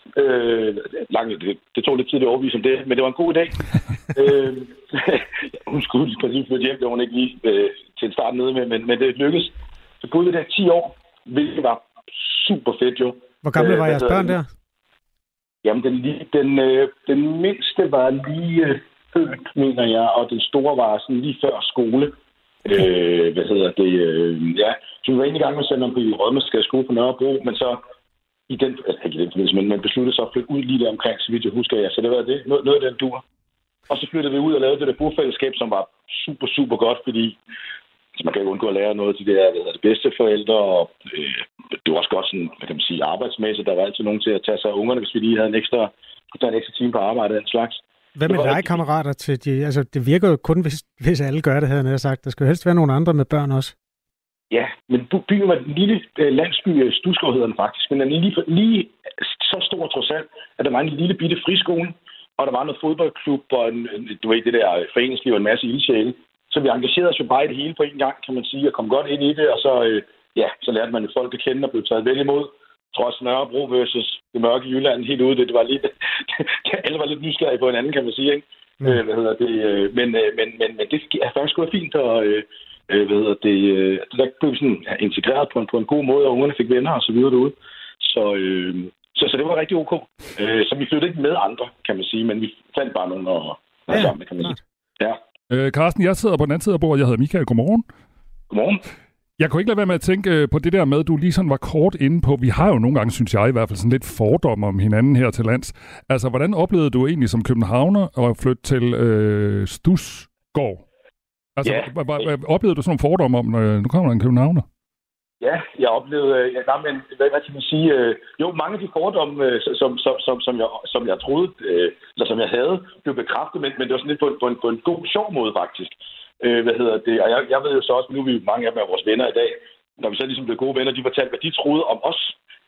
Det tog lidt tid at overbevise om det, men det var en god idé. Hun skulle præcis flytte hjem, det var hun ikke lige til en start nede med, men det lykkedes. Så boede vi der 10 år, hvilket var super fedt jo. Hvor gamle var jeres børn der? Jamen, den mindste var lige født, mener jeg, og den store var sådan lige før skole. Så vi var egentlig i gang med at sende ham på Rådmandsgade skole på Nørrebro, men så man besluttede så at flytte ud lige der omkring, så vidt jeg husker, ja. Så det var det. Noget af den dur. Og så flyttede vi ud og lavede det der bofællesskab, som var super, super godt, fordi man kan ikke undgå at lære noget til det der bedste forældre, og det var også godt sådan, hvad kan man sige, arbejdsmæssigt. Der var altid nogen til at tage sig af ungerne, hvis vi lige havde en ekstra time på arbejde af en slags. Hvad med legekammerater til de? Altså, det virker jo kun, hvis alle gør det, havde jeg sagt. Der skal jo helst være nogle andre med børn også. Ja, men byen var en lille landsby, Slusgård hedder den faktisk, men den er lige så stor trods alt, at der var en lille bitte friskole, og der var noget fodboldklub, og det der foreningsliv og en masse ildsjæle. Så vi engagerede os jo bare i det hele på en gang, kan man sige, og kom godt ind i det, og så lærte man jo folk at kende og blev taget vel imod. Trods Nørrebro versus det mørke Jylland helt ude, det var lidt, alle var lidt nysgerrige på hinanden, kan man sige, ikke? Men det er faktisk gået fint, og der blev sådan integreret på en god måde, og ungerne fik venner og så videre derude. Så det var rigtig ok. Så vi flyttede ikke med andre, kan man sige, men vi fandt bare nogen at sammen, kan man sige. Ja. Carsten, jeg sidder på den anden side af bordet. Jeg hedder Michael. Godmorgen. Godmorgen. Jeg kunne ikke lade være med at tænke på det der med, at du lige sådan var kort inde på. Vi har jo nogle gange, synes jeg i hvert fald, sådan lidt fordomme om hinanden her til lands. Altså, hvordan oplevede du egentlig som københavner at flytte til Slusgård? Altså, oplevede du sådan nogle fordomme om, nu kommer der en københavner? Ja, jeg oplevede, hvad kan man sige, mange af de fordomme, som jeg troede, eller som jeg havde, blev bekræftet, men det var sådan lidt på en god, sjov måde faktisk. Og jeg ved jo så også, nu er vi mange af dem er vores venner i dag, når vi så ligesom blev gode venner, de fortalte, hvad de troede om os.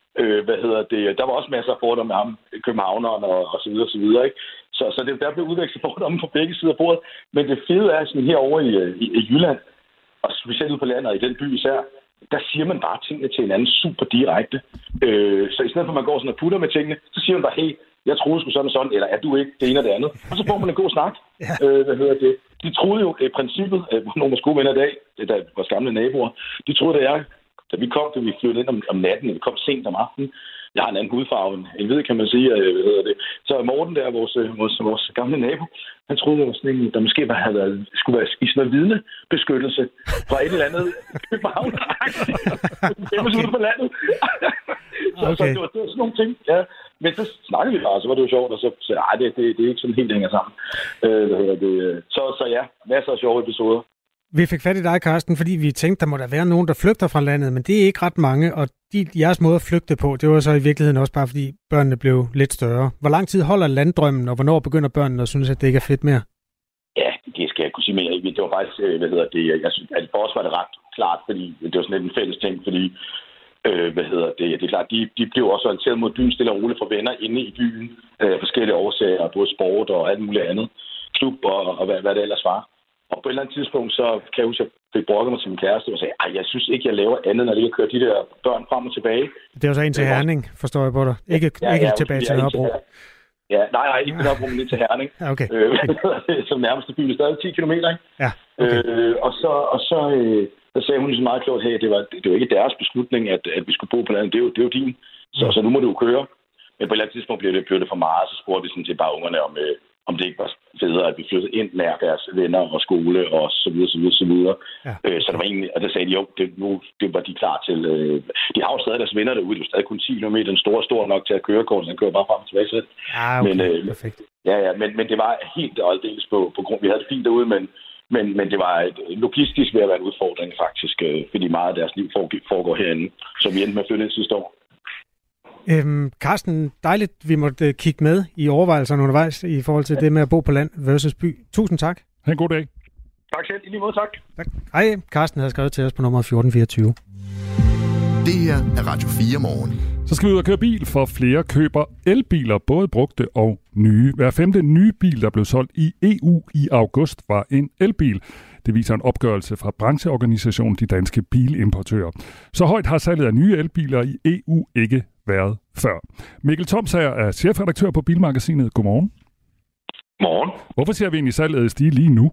Der var også masser af fordomme med ham, københavneren og så videre, ikke? Så der blev udvekslet fordomme på begge sider af bordet, men det fede er sådan herovre i Jylland, og specielt ude på landet og i den by især, der siger man bare tingene til hinanden super direkte. Så i stedet for at man går sådan og putter med tingene, så siger man bare, hey, jeg troede sgu sådan, eller er du ikke det ene og det andet? Og så får man en god snak. Ja. De troede jo i princippet, nogle af gode venner i dag, der er vores gamle naboer, de troede, da vi kom, da vi flyttede ind om natten, og vi kom sent om aftenen. Jeg har en anden hudfarve end hvid, kan man sige. Så Morten der, vores gamle nabo, han troede, der sådan en, der måske skulle være i sådan noget vidnebeskyttelse fra et eller andet København. Okay. Ude på landet. Så det var sådan nogle ting, ja. Men så snakkede vi bare, så var det jo sjovt, og så det er ikke sådan helt hænger sammen. Så ja, masser af sjove episoder. Vi fik fat i dig, Carsten, fordi vi tænkte, der må der være nogen, der flygter fra landet, men det er ikke ret mange, og jeres måde at flygte på, det var så i virkeligheden også bare, fordi børnene blev lidt større. Hvor lang tid holder landdrømmen, og hvornår begynder børnene at synes, at det ikke er fedt mere? Ja, det skal jeg kunne sige mere. Det var faktisk, jeg synes, at for os var det ret klart, fordi det var sådan lidt en fælles ting, fordi det er klart, de blev også orienteret mod byen stille og roligt fra venner inde i byen, forskellige årsager, både sport og alt muligt andet, klub og hvad det ellers var. Og på et eller andet tidspunkt, så kan jeg huske, at jeg fik brokket mig til min kæreste og sagde, jeg synes ikke, jeg laver andet, når jeg lige kører de der børn frem og tilbage. Det er jo så en til Herning, forstår jeg på dig. Ikke tilbage til Nørrebro. Ja, nej, ikke til Nørrebro, men lige til Herning. Okay. Som nærmeste by, stadig 10 kilometer, ikke? Ja, okay. Og så sagde hun så meget klart, hey, det var ikke deres beslutning, at vi skulle bo på landet. Det er jo din. Så nu må du jo køre. Men på et eller andet tidspunkt blev det for meget, så spurgte vi sådan til bare ungerne om det ikke var federe, at vi flyttede ind nær deres venner og skole og så videre, så videre, så videre. Ja. Så der var egentlig, og der sagde de, jo, det var de klar til. De har jo stadig deres venner derude, det er jo stadig kun 10 km, den stor nok til at køre kort, den kører bare frem og tilbage selv. Ah, okay. Perfekt. Men det var helt og aldeles på grund, vi havde det fint derude, men det var logistisk ved at være en udfordring faktisk, fordi meget af deres liv foregår herinde, så vi endte med at flytte ind sidste år. Carsten, dejligt, vi måtte kigge med i overvejelserne undervejs i forhold til det med at bo på land versus by. Tusind tak. Ha' en god dag. Tak selv. I lige måde, tak. Hej, Carsten havde skrevet til os på nummer 1424. Det her er Radio 4 morgen. Så skal vi ud og køre bil, for flere køber elbiler, både brugte og nye. Hver 5. nye bil, der blev solgt i EU i august, var en elbil. Det viser en opgørelse fra brancheorganisationen De Danske Bilimportører. Så højt har salget af nye elbiler i EU ikke været før. Mikkel Thomsager er chefredaktør på Bilmagasinet. Godmorgen. Morgen. Hvorfor ser vi egentlig salget stige lige nu?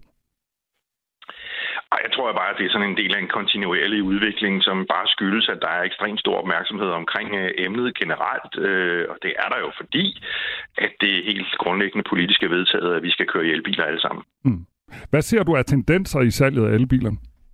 Jeg tror bare, at det er sådan en del af en kontinuerlig udvikling, som bare skyldes, at der er ekstremt stor opmærksomhed omkring emnet generelt. Og det er der jo fordi, at det er helt grundlæggende politisk vedtaget, at vi skal køre i elbiler alle sammen. Hvad ser du af tendenser i salget af elbiler?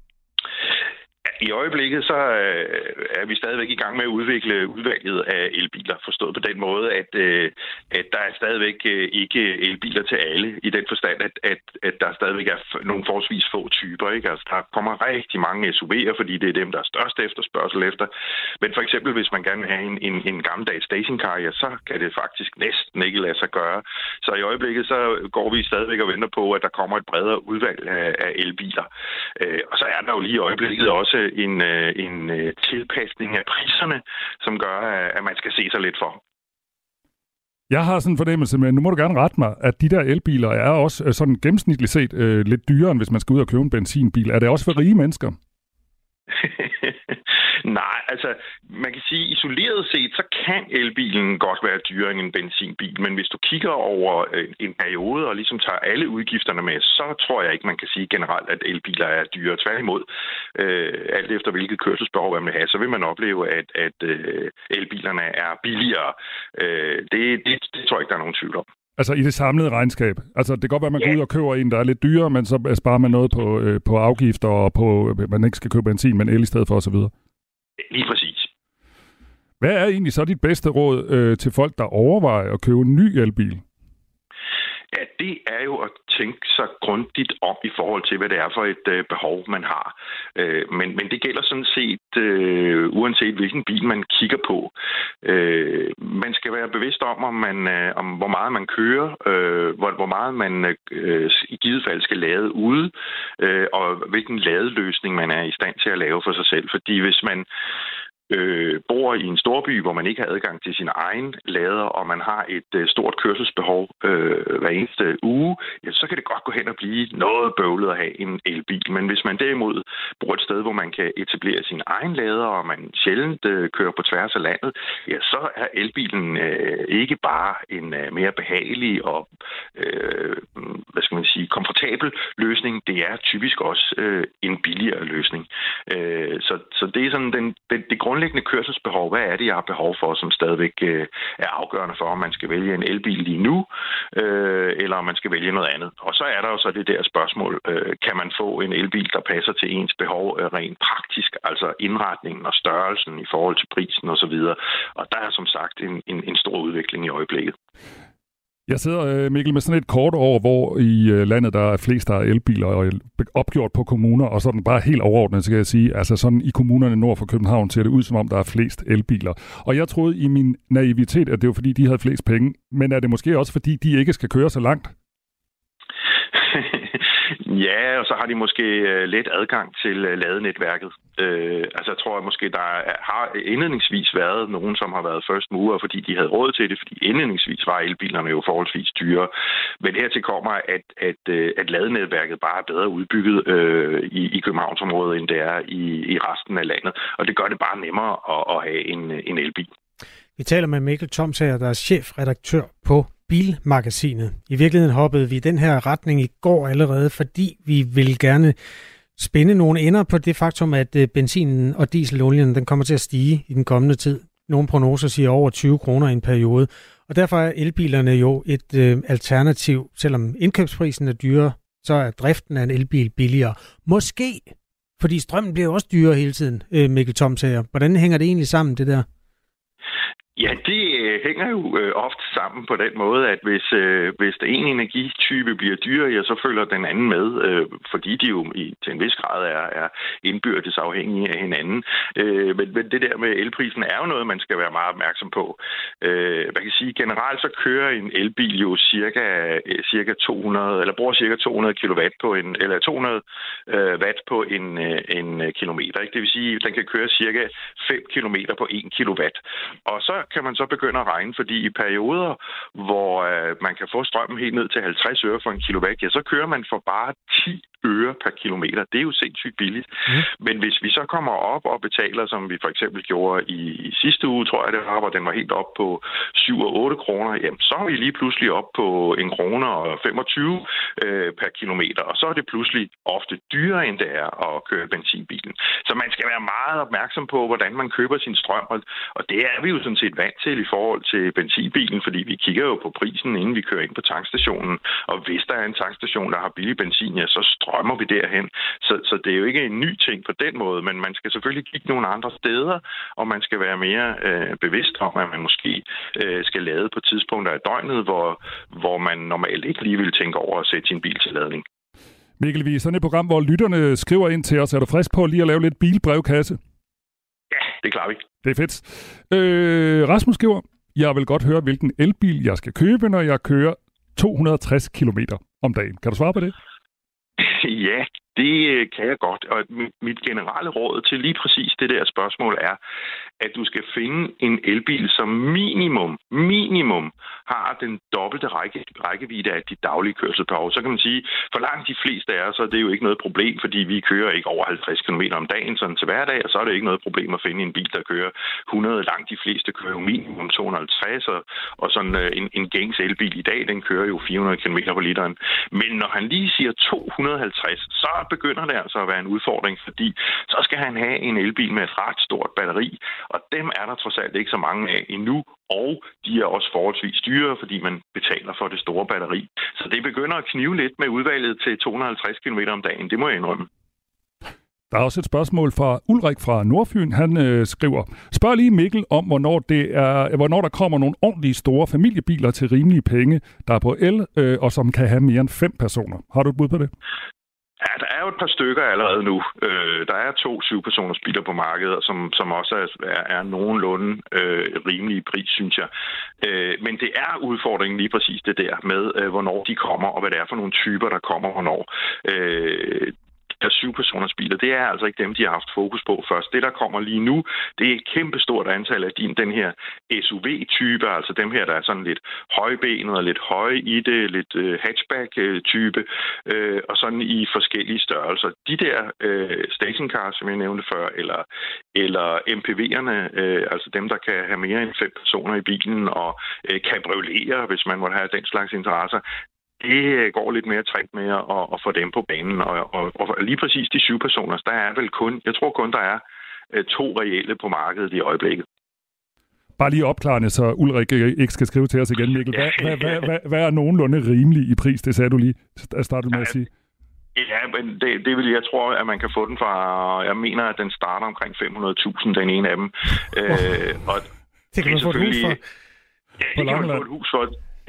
I øjeblikket så er vi stadigvæk i gang med at udvikle udvalget af elbiler, forstået på den måde, at der er stadigvæk ikke elbiler til alle, i den forstand, at der stadigvæk er nogle forholdsvis få typer. Ikke? Altså, der kommer rigtig mange SUV'er, fordi det er dem, der er størst efterspørgsel efter. Men for eksempel, hvis man gerne vil have en gammeldags stationcar, ja, så kan det faktisk næsten ikke lade sig gøre. Så i øjeblikket så går vi stadigvæk og venter på, at der kommer et bredere udvalg af elbiler. Og så er der jo lige i øjeblikket også en tilpasning af priserne, som gør, at man skal se sig lidt for. Jeg har sådan en fornemmelse, men nu må du gerne rette mig, at de der elbiler er også sådan gennemsnitligt set lidt dyrere, end hvis man skal ud og købe en benzinbil. Er det også for rige mennesker? Nej, altså man kan sige, isoleret set, så kan elbilen godt være dyrere end en benzinbil, men hvis du kigger over en periode og ligesom tager alle udgifterne med, så tror jeg ikke, man kan sige generelt, at elbiler er dyrere. Tværtimod, alt efter hvilket kørselsbehov man vil have, så vil man opleve, at elbilerne er billigere. Det tror jeg ikke, der er nogen tvivl om. Altså i det samlede regnskab. Altså det kan godt være, at man går ud og køber en, der er lidt dyrere, men så sparer man noget på afgifter og på, at man ikke skal købe benzin, men el i stedet for osv. Lige præcis. Hvad er egentlig så dit bedste råd til folk, der overvejer at købe en ny elbil? Ja, det er jo at tænke sig grundigt om i forhold til, hvad det er for et behov, man har. Men det gælder sådan set, uanset hvilken bil man kigger på. Man skal være bevidst om hvor meget man kører, hvor meget man i givet fald skal lade ude, og hvilken ladeløsning man er i stand til at lave for sig selv. Fordi hvis man bor i en storby, hvor man ikke har adgang til sin egen lader, og man har et stort kørselsbehov hver eneste uge, ja, så kan det godt gå hen og blive noget bøvlet at have en elbil. Men hvis man derimod bor et sted, hvor man kan etablere sin egen lader, og man sjældent kører på tværs af landet, ja, så er elbilen ikke bare en mere behagelig og komfortabel løsning. Det er typisk også en billigere løsning. Så det er sådan det grundlæggende kørselsbehov. Hvad er det, jeg har behov for, som stadigvæk er afgørende for, om man skal vælge en elbil lige nu, eller om man skal vælge noget andet. Og så er der jo så det der spørgsmål, kan man få en elbil, der passer til ens behov rent praktisk, altså indretningen og størrelsen i forhold til prisen osv. Og der er som sagt en stor udvikling i øjeblikket. Jeg sidder, Mikkel, med sådan et kort over, hvor i landet der er flest der er elbiler og opgjort på kommuner, og sådan bare helt overordnet, så kan jeg sige, altså sådan i kommunerne nord for København ser det ud, som om der er flest elbiler. Og jeg troede i min naivitet, at det var fordi, de havde flest penge, men er det måske også fordi, de ikke skal køre så langt? Ja, og så har de måske let adgang til ladenetværket. Altså jeg tror, at måske der har indledningsvis været nogen, som har været first mover, fordi de havde råd til det, fordi indledningsvis var elbilerne jo forholdsvis dyre. Men hertil kommer, at ladenetværket bare er bedre udbygget i Københavnsområdet, end det er i resten af landet. Og det gør det bare nemmere at have en elbil. Vi taler med Mikkel Thomsager, der er chefredaktør på Bilmagasinet. I virkeligheden hoppede vi i den her retning i går allerede, fordi vi vil gerne spænde nogle ender på det faktum, at benzinen og dieselolien den kommer til at stige i den kommende tid. Nogle prognoser siger over 20 kroner i en periode. Og derfor er elbilerne jo et alternativ. Selvom indkøbsprisen er dyrere, så er driften af en elbil billigere. Måske, fordi strømmen bliver også dyrere hele tiden, Mikkel Tom siger. Hvordan hænger det egentlig sammen, det der? Ja, det hænger jo ofte sammen på den måde, at hvis der en energitype bliver dyrere, ja, så følger den anden med, fordi de jo til en vis grad er indbyrdes afhængige af hinanden. Men det der med elprisen er jo noget, man skal være meget opmærksom på. Man kan sige, generelt så kører en elbil jo cirka 200, eller bruger cirka 200 kilowatt på 200 watt på en kilometer. Ikke? Det vil sige, at den kan køre cirka 5 kilometer på 1 kilowatt. Og så kan man så begynde at regne, fordi i perioder, hvor man kan få strømmen helt ned til 50 øre for en kilowatt, ja, så kører man for bare 10 øre per kilometer. Det er jo sindssygt billigt. Men hvis vi så kommer op og betaler, som vi for eksempel gjorde i sidste uge, tror jeg det var, hvor den var helt op på 7 og 8 kroner, jamen så er vi lige pludselig op på 1,25 kroner per kilometer, og så er det pludselig ofte dyrere, end det er at køre benzinbilen. Så man skal være meget opmærksom på, hvordan man køber sin strøm, og det er vi jo sådan set vant til i forhold til benzinbilen, fordi vi kigger jo på prisen, inden vi kører ind på tankstationen, og hvis der er en tankstation, der har billig benzin, ja, så strømmer vi derhen. Så det er jo ikke en ny ting på den måde, men man skal selvfølgelig kigge nogle andre steder, og man skal være mere bevidst om, at man måske skal lade på tidspunkter af døgnet, hvor man normalt ikke lige vil tænke over at sætte sin bil til ladning. Mikkel, vi er sådan et program, hvor lytterne skriver ind til os. Er du frisk på lige at lave lidt bilbrevkasse? Ja, det klarer vi. Det er fedt. Rasmus skriver, jeg vil godt høre, hvilken elbil jeg skal købe, når jeg kører 260 kilometer om dagen. Kan du svare på det? Ja, det kan jeg godt. Og mit generelle råd til lige præcis det der spørgsmål er, at du skal finde en elbil, som minimum har den dobbelte rækkevidde af dit daglige kørselsbehov. Så kan man sige, for langt de fleste af os, så er det jo ikke noget problem, fordi vi kører ikke over 50 km om dagen sådan til hverdag, og så er det ikke noget problem at finde en bil, der kører 100. Langt de fleste kører jo minimum 250, og sådan en gængs elbil i dag, den kører jo 400 km på literen. Men når han lige siger 250, så begynder det altså at være en udfordring, fordi så skal han have en elbil med et ret stort batteri, og dem er der trods alt ikke så mange af endnu, og de er også forholdsvis dyre, fordi man betaler for det store batteri. Så det begynder at knive lidt med udvalget til 250 km om dagen, det må jeg indrømme. Der er også et spørgsmål fra Ulrik fra Nordfyn. Han skriver, spørg lige Mikkel om, hvornår der kommer nogle ordentlige store familiebiler til rimelige penge, der er på el, og som kan have mere end 5 personer. Har du et bud på det? Ja, der er jo et par stykker allerede nu. Der er 2 7-personers biler på markedet, som også er nogenlunde rimelige pris, synes jeg. Men det er udfordringen lige præcis det der med, hvornår de kommer, og hvad det er for nogle typer, der kommer hvornår. 7-personers biler, det er altså ikke dem, de har haft fokus på først. Det, der kommer lige nu, det er et kæmpestort antal af den her SUV-type, altså dem her, der er sådan lidt højbenet og lidt høje i det, lidt hatchback-type, og sådan i forskellige størrelser. De der stationcars, som jeg nævnte før, eller MPV'erne, altså dem, der kan have mere end 5 personer i bilen, og cabrioleter, hvis man måtte have den slags interesser, det går lidt mere træk med at få dem på banen. Og lige præcis de 7-personers, der er vel jeg tror kun, der er 2 reelle på markedet i øjeblikket. Bare lige opklarende, så Ulrik ikke skal skrive til os igen, Mikkel. Hvad er nogenlunde rimelig i pris? Det sagde du lige startede med at sige. Ja, men det vil jeg tror, at man kan få den fra, jeg mener, at den starter omkring 500.000, den ene af dem. Og det kan man få et hus for. Ja, det kan man få et hus for.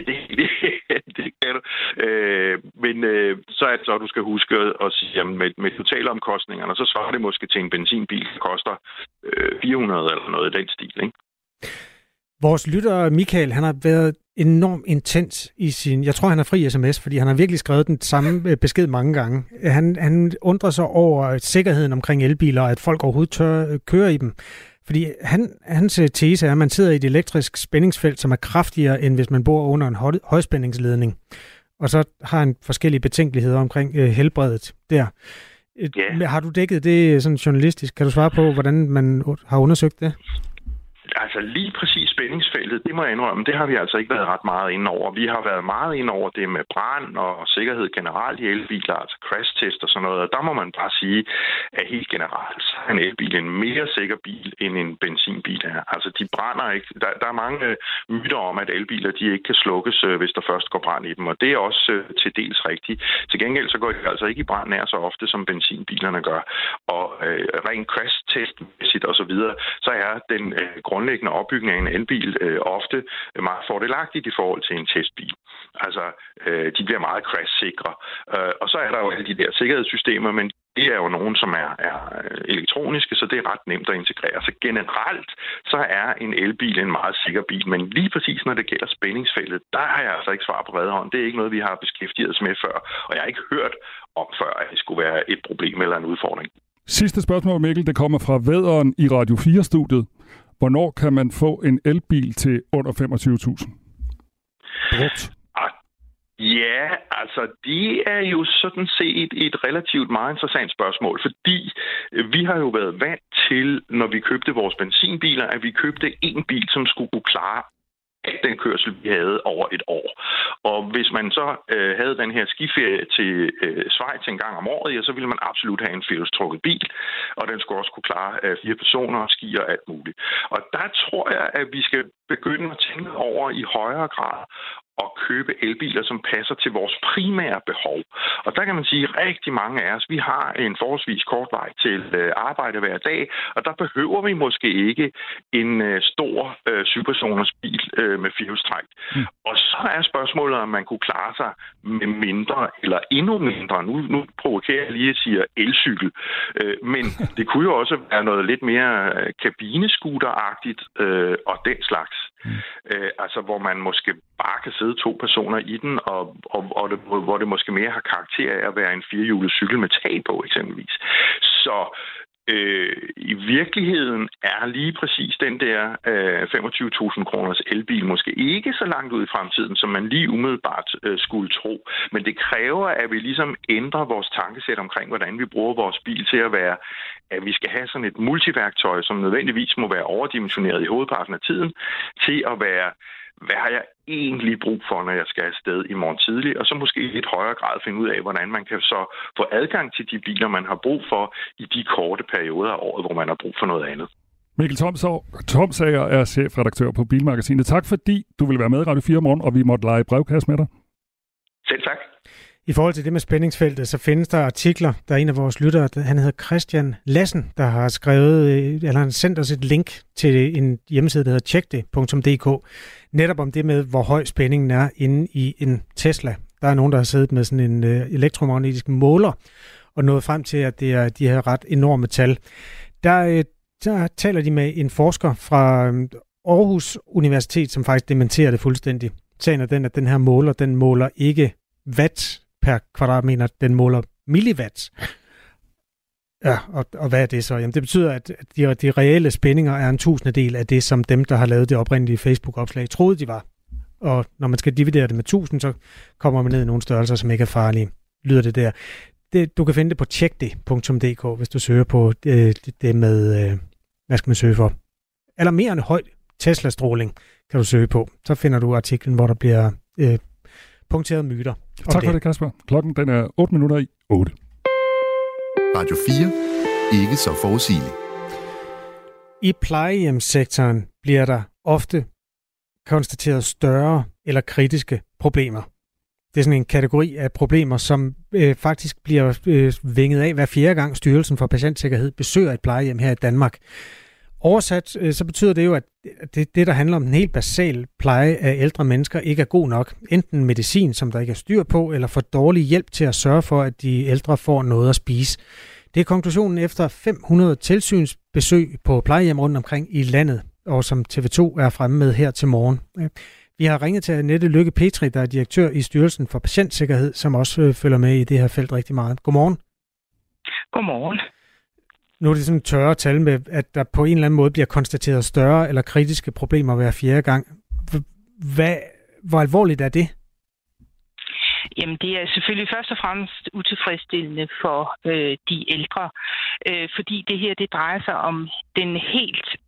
Det kan du. Men så er det så, at du skal huske at sige, at med totalomkostningerne, så svarer det måske til en benzinbil, der koster 400 eller noget i den stil, ikke? Vores lytter Michael, han har været enormt intens i sin... Jeg tror, han er fri sms, fordi han har virkelig skrevet den samme besked mange gange. Han undrer sig over sikkerheden omkring elbiler, og at folk overhovedet tør køre i dem. Fordi hans tese er, at man sidder i et elektrisk spændingsfelt, som er kraftigere, end hvis man bor under en højspændingsledning. Og så har han forskellige betænkeligheder omkring helbredet der. Yeah. Har du dækket det sådan journalistisk? Kan du svare på, hvordan man har undersøgt det? Altså lige præcis spændingsfeltet, det må jeg indrømme, det har vi altså ikke været ret meget inde over. Vi har været meget inde over det med brand og sikkerhed generelt i elbiler, altså crash-test og sådan noget. Og der må man bare sige, at helt generelt så er en elbil en mere sikker bil, end en benzinbil er. Altså de brænder ikke. Der er mange myter om, at elbiler de ikke kan slukkes, hvis der først går brand i dem. Og det er også til dels rigtigt. Til gengæld så går de altså ikke i brand nær så ofte, som benzinbilerne gør. Og rent crash-testmæssigt og så videre, så er den grundlæggende opbygning af en elbil ofte meget fordelagtigt i forhold til en testbil. Altså, de bliver meget crash-sikre. Og så er der jo alle de der sikkerhedssystemer, men det er jo nogen, som er elektroniske, så det er ret nemt at integrere. Så generelt, så er en elbil en meget sikker bil, men lige præcis når det gælder spændingsfeltet, der har jeg altså ikke svar på redehånd. Det er ikke noget, vi har beskæftiget os med før, og jeg har ikke hørt om før, at det skulle være et problem eller en udfordring. Sidste spørgsmål, Mikkel, det kommer fra Vædderen i Radio 4-studiet. Hvornår kan man få en elbil til under 25.000? Brugt. Ja, altså det er jo sådan set et relativt meget interessant spørgsmål, fordi vi har jo været vant til, når vi købte vores benzinbiler, at vi købte en bil, som skulle kunne klare den kørsel, vi havde over et år. Og hvis man så havde den her skiferie til Schweiz en gang om året, ja, så ville man absolut have en firehjulstrukket bil, og den skulle også kunne klare 4 personer, ski og alt muligt. Og der tror jeg, at vi skal begynde at tænke over i højere grad at købe elbiler, som passer til vores primære behov. Og der kan man sige, at rigtig mange af os, vi har en forholdsvis kort vej til arbejde hver dag, og der behøver vi måske ikke en stor 7-personers bil med firehjulstræk. Og så er spørgsmålet, om man kunne klare sig med mindre eller endnu mindre. Nu provokerer jeg lige at sige elcykel, men det kunne jo også være noget lidt mere kabinescooter-agtigt og den slags. Altså, hvor man måske bare kan sidde 2 personer i den, og hvor det måske mere har karakter af at være en 4-hjulet cykel med tag på, eksempelvis. Så i virkeligheden er lige præcis den der 25.000 kroners elbil måske ikke så langt ud i fremtiden, som man lige umiddelbart skulle tro. Men det kræver, at vi ligesom ændrer vores tankesæt omkring, hvordan vi bruger vores bil til at være, at vi skal have sådan et multiværktøj, som nødvendigvis må være overdimensioneret i hovedparten af tiden, til at være, hvad har jeg egentlig brug for, når jeg skal afsted i morgen tidlig, og så måske i lidt højere grad finde ud af, hvordan man kan så få adgang til de biler, man har brug for i de korte perioder af året, hvor man har brug for noget andet. Mikkel Thomsager er chefredaktør på Bilmagasinet. Tak fordi du vil være med i Radio 4 morgen, og vi måtte lege brevkasse med dig. Selv tak. I forhold til det med spændingsfeltet, så findes der artikler. Der er en af vores lyttere, han hedder Christian Lassen, der har skrevet, eller han sendt os et link til en hjemmeside, der hedder tjekde.dk, netop om det med, hvor høj spændingen er inde i en Tesla. Der er nogen, der har siddet med sådan en elektromagnetisk måler, og nået frem til, at det er de her ret enorme tal. Der taler de med en forsker fra Aarhus Universitet, som faktisk dementerer det fuldstændig. Sagen er den, at den her måler, den måler ikke watt per kvadratmeter, den måler milliwatt. Ja, og hvad er det så? Jamen, det betyder, at de reelle spændinger er en 1/1000 af det, som dem, der har lavet det oprindelige Facebook-opslag, troede de var. Og når man skal dividere det med 1000, så kommer man ned i nogle størrelser, som ikke er farlige. Lyder det der. Du kan finde det på tjekde.dk, hvis du søger på det med, hvad skal man søge for? Alarmerende høj Tesla-stråling kan du søge på. Så finder du artiklen, hvor der bliver punkteret myter. Tak for det, Kasper. Klokken den er 8:08. Radio 4. Ikke så forudsigeligt. I plejehjemssektoren bliver der ofte konstateret større eller kritiske problemer. Det er sådan en kategori af problemer, som faktisk bliver vinget af hver 4. gang Styrelsen for Patientsikkerhed besøger et plejehjem her i Danmark. Oversat, så betyder det jo, at det, der handler om den helt basale pleje af ældre mennesker, ikke er god nok. Enten medicin, som der ikke er styr på, eller for dårlig hjælp til at sørge for, at de ældre får noget at spise. Det er konklusionen efter 500 tilsynsbesøg på plejehjem rundt omkring i landet, og som TV2 er fremme med her til morgen. Vi har ringet til Annette Lykke Petri, der er direktør i Styrelsen for Patientsikkerhed, som også følger med i det her felt rigtig meget. Godmorgen. Godmorgen. Nu er det sådan tørre tal med, at der på en eller anden måde bliver konstateret større eller kritiske problemer hver 4. gang. Hvor alvorligt er det? Jamen, det er selvfølgelig først og fremmest utilfredsstillende for de ældre, fordi det her, det drejer sig om den helt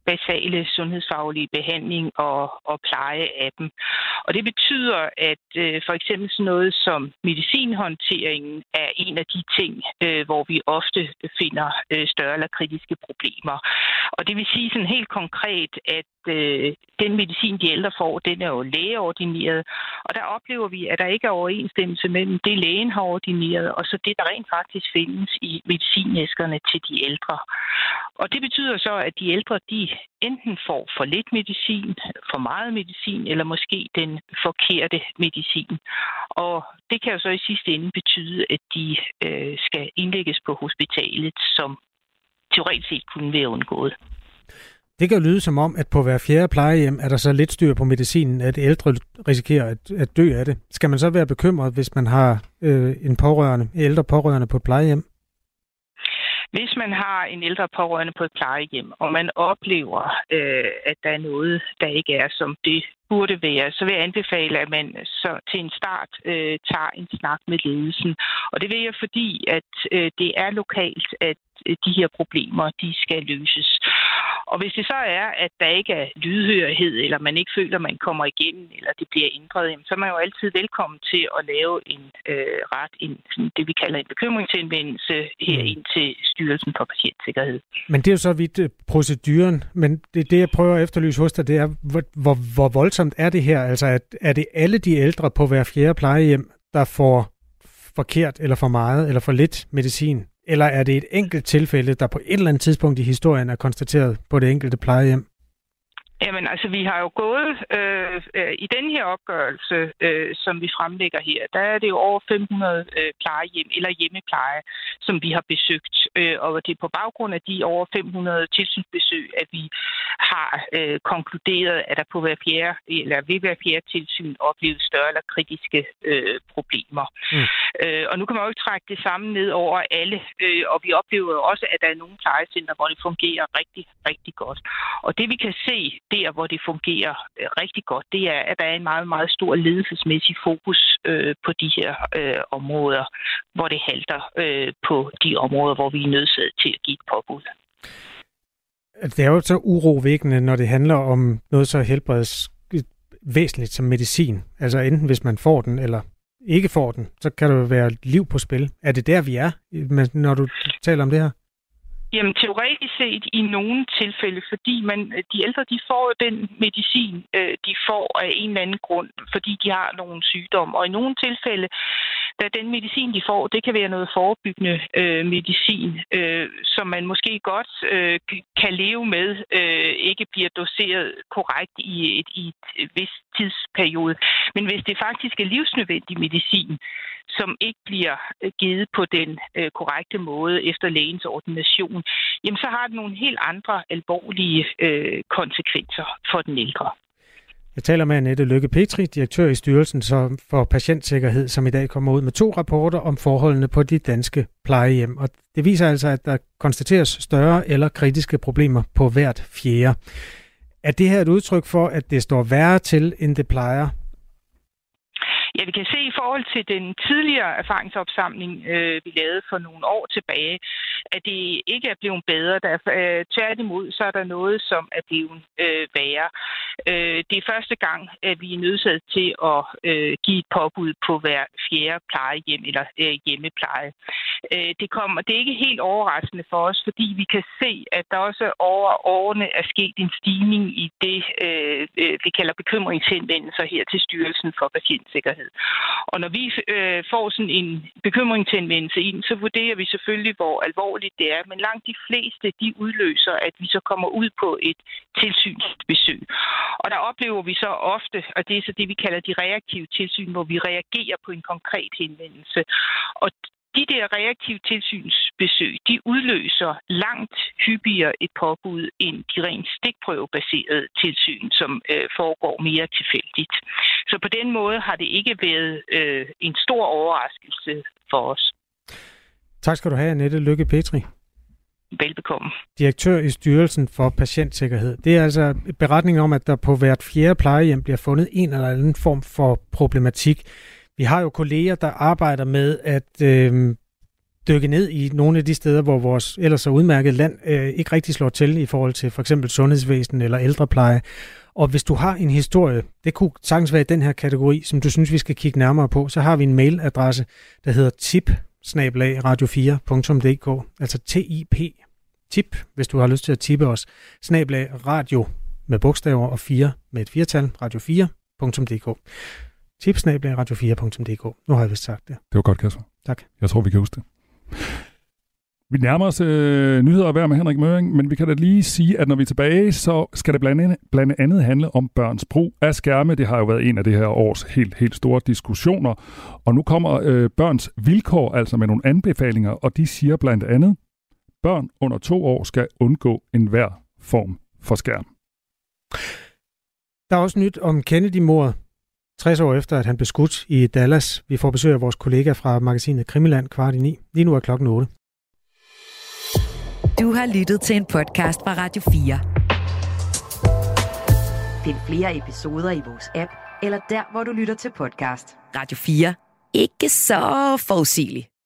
basale sundhedsfaglige behandling og pleje af dem. Og det betyder, at for eksempel sådan noget som medicinhåndteringen er en af de ting, hvor vi ofte finder større eller kritiske problemer. Og det vil sige sådan helt konkret, at den medicin, de ældre får, den er jo lægeordineret. Og der oplever vi, at der ikke er overensstemmelse mellem det, lægen har ordineret, og så det, der rent faktisk findes i medicinæskerne til de ældre. Og det betyder så, at de ældre, de enten får for lidt medicin, for meget medicin, eller måske den forkerte medicin. Og det kan jo så i sidste ende betyde, at de skal indlægges på hospitalet, som teoretisk set kunne være undgået. Det kan jo lyde som om, at på hver fjerde plejehjem er der så lidt styr på medicinen, at ældre risikerer at dø af det. Skal man så være bekymret, hvis man har en ældre pårørende på et plejehjem? Hvis man har en ældre pårørende på et plejehjem, og man oplever, at der er noget, der ikke er, som det burde være, så vil jeg anbefale, at man så til en start tager en snak med ledelsen. Og det vil jeg, fordi at det er lokalt, at de her problemer, de skal løses. Og hvis det så er, at der ikke er lydhørhed, eller man ikke føler, at man kommer igennem, eller det bliver ændret, så er man jo altid velkommen til at lave det vi kalder en bekymringshenvendelse herind til Styrelsen for Patientsikkerhed. Men det er jo så vidt proceduren, men det jeg prøver at efterlyse hos dig, det er, hvor voldsomt er det her? Altså, er det alle de ældre på hver fjerde plejehjem, der får forkert, eller for meget, eller for lidt medicin? Eller er det et enkelt tilfælde, der på et eller andet tidspunkt i historien er konstateret på det enkelte plejehjem? Jamen, altså, vi har jo gået i den her opgørelse, som vi fremlægger her, der er det jo over 500 plejehjem eller hjemmepleje, som vi har besøgt. Og det er på baggrund af de over 500 tilsynsbesøg, at vi har konkluderet, at der på ved hver fjerde tilsyn opleves større eller kritiske problemer. Og nu kan man jo ikke trække det samme ned over alle, og vi oplever jo også, at der er nogle plejecenter, hvor det fungerer rigtig, rigtig godt. Og det vi kan se der, hvor det fungerer rigtig godt, det er, at der er en meget, meget stor ledelsesmæssig fokus på de her områder, hvor det halter på de områder, hvor vi er nødsaget til at give et påbud. Det er jo så urovækkende, når det handler om noget så helbredsvæsentligt som medicin. Altså enten hvis man får den, eller ikke får den, så kan der jo være liv på spil. Er det der, vi er, når du taler om det her? Jamen, teoretisk set i nogle tilfælde, fordi de ældre, de får den medicin, de får af en eller anden grund, fordi de har nogle sygdomme. Og i nogle tilfælde, da den medicin, de får, det kan være noget forebyggende medicin, som man måske godt kan leve med, ikke bliver doseret korrekt i et vis tidsperiode. Men hvis det faktisk er livsnødvendig medicin, som ikke bliver givet på den korrekte måde efter lægens ordination, jamen så har det nogle helt andre alvorlige konsekvenser for den ældre. Jeg taler med Annette Lykke Petri, direktør i Styrelsen for Patientsikkerhed, som i dag kommer ud med 2 rapporter om forholdene på de danske plejehjem. Og det viser altså, at der konstateres større eller kritiske problemer på hvert fjerde. Er det her et udtryk for, at det står værre til, end det plejer? Ja, vi kan se i forhold til den tidligere erfaringsopsamling, vi lavede for nogle år tilbage, at det ikke er blevet bedre. Tværtimod, så er der noget, som er blevet værre. Det er første gang, at vi er nødsaget til at give et påbud på hver fjerde plejehjem eller hjemmepleje. Det er ikke helt overraskende for os, fordi vi kan se, at der også over årene er sket en stigning i det, vi kalder bekymringshenvendelser her til Styrelsen for Patientsikkerhed. Og når vi får sådan en bekymringshenvendelse ind, så vurderer vi selvfølgelig, hvor alvorligt det er. Men langt de fleste, de udløser, at vi så kommer ud på et tilsynsbesøg. Og der oplever vi så ofte, og det er så det, vi kalder de reaktive tilsyn, hvor vi reagerer på en konkret henvendelse. Og de der reaktive tilsynsbesøg, de udløser langt hyppigere et påbud end de rent stikprøvebaserede tilsyn, som foregår mere tilfældigt. Så på den måde har det ikke været en stor overraskelse for os. Tak skal du have, Annette Lykke Petri. Velbekomme. Direktør i Styrelsen for Patientsikkerhed. Det er altså beretning om, at der på hvert fjerde plejehjem bliver fundet en eller anden form for problematik. Vi har jo kolleger, der arbejder med at dykke ned i nogle af de steder, hvor vores ellers så udmærket land ikke rigtig slår til i forhold til for eksempel sundhedsvæsen eller ældrepleje. Og hvis du har en historie, det kunne sagtens være i den her kategori, som du synes, vi skal kigge nærmere på, så har vi en mailadresse, der hedder tip@radio4.dk, altså TIP, tip, hvis du har lyst til at tippe os, @radio med bogstaver og 4 med et 4-tal, radio4.dk. tip@radio4.dk. Nu har jeg vist sagt det. Det var godt, Kasper. Tak. Jeg tror, vi kan huske det. Vi nærmer os nyheder hver med Henrik Møring, men vi kan da lige sige, at når vi er tilbage, så skal det blandt andet handle om børns brug af skærme. Det har jo været en af det her års helt store diskussioner. Og nu kommer børns vilkår altså med nogle anbefalinger, og de siger blandt andet, børn under 2 år skal undgå enhver form for skærm. Der er også nyt om Kennedy-mordet, 60 år efter, at han blev skudt i Dallas. Vi får besøg af vores kollega fra magasinet Krimiland 8:15. Lige nu er klokken 8. Du har lyttet til en podcast fra Radio 4. Find flere episoder i vores app, eller der, hvor du lytter til podcast. Radio 4. Ikke så forudsigeligt.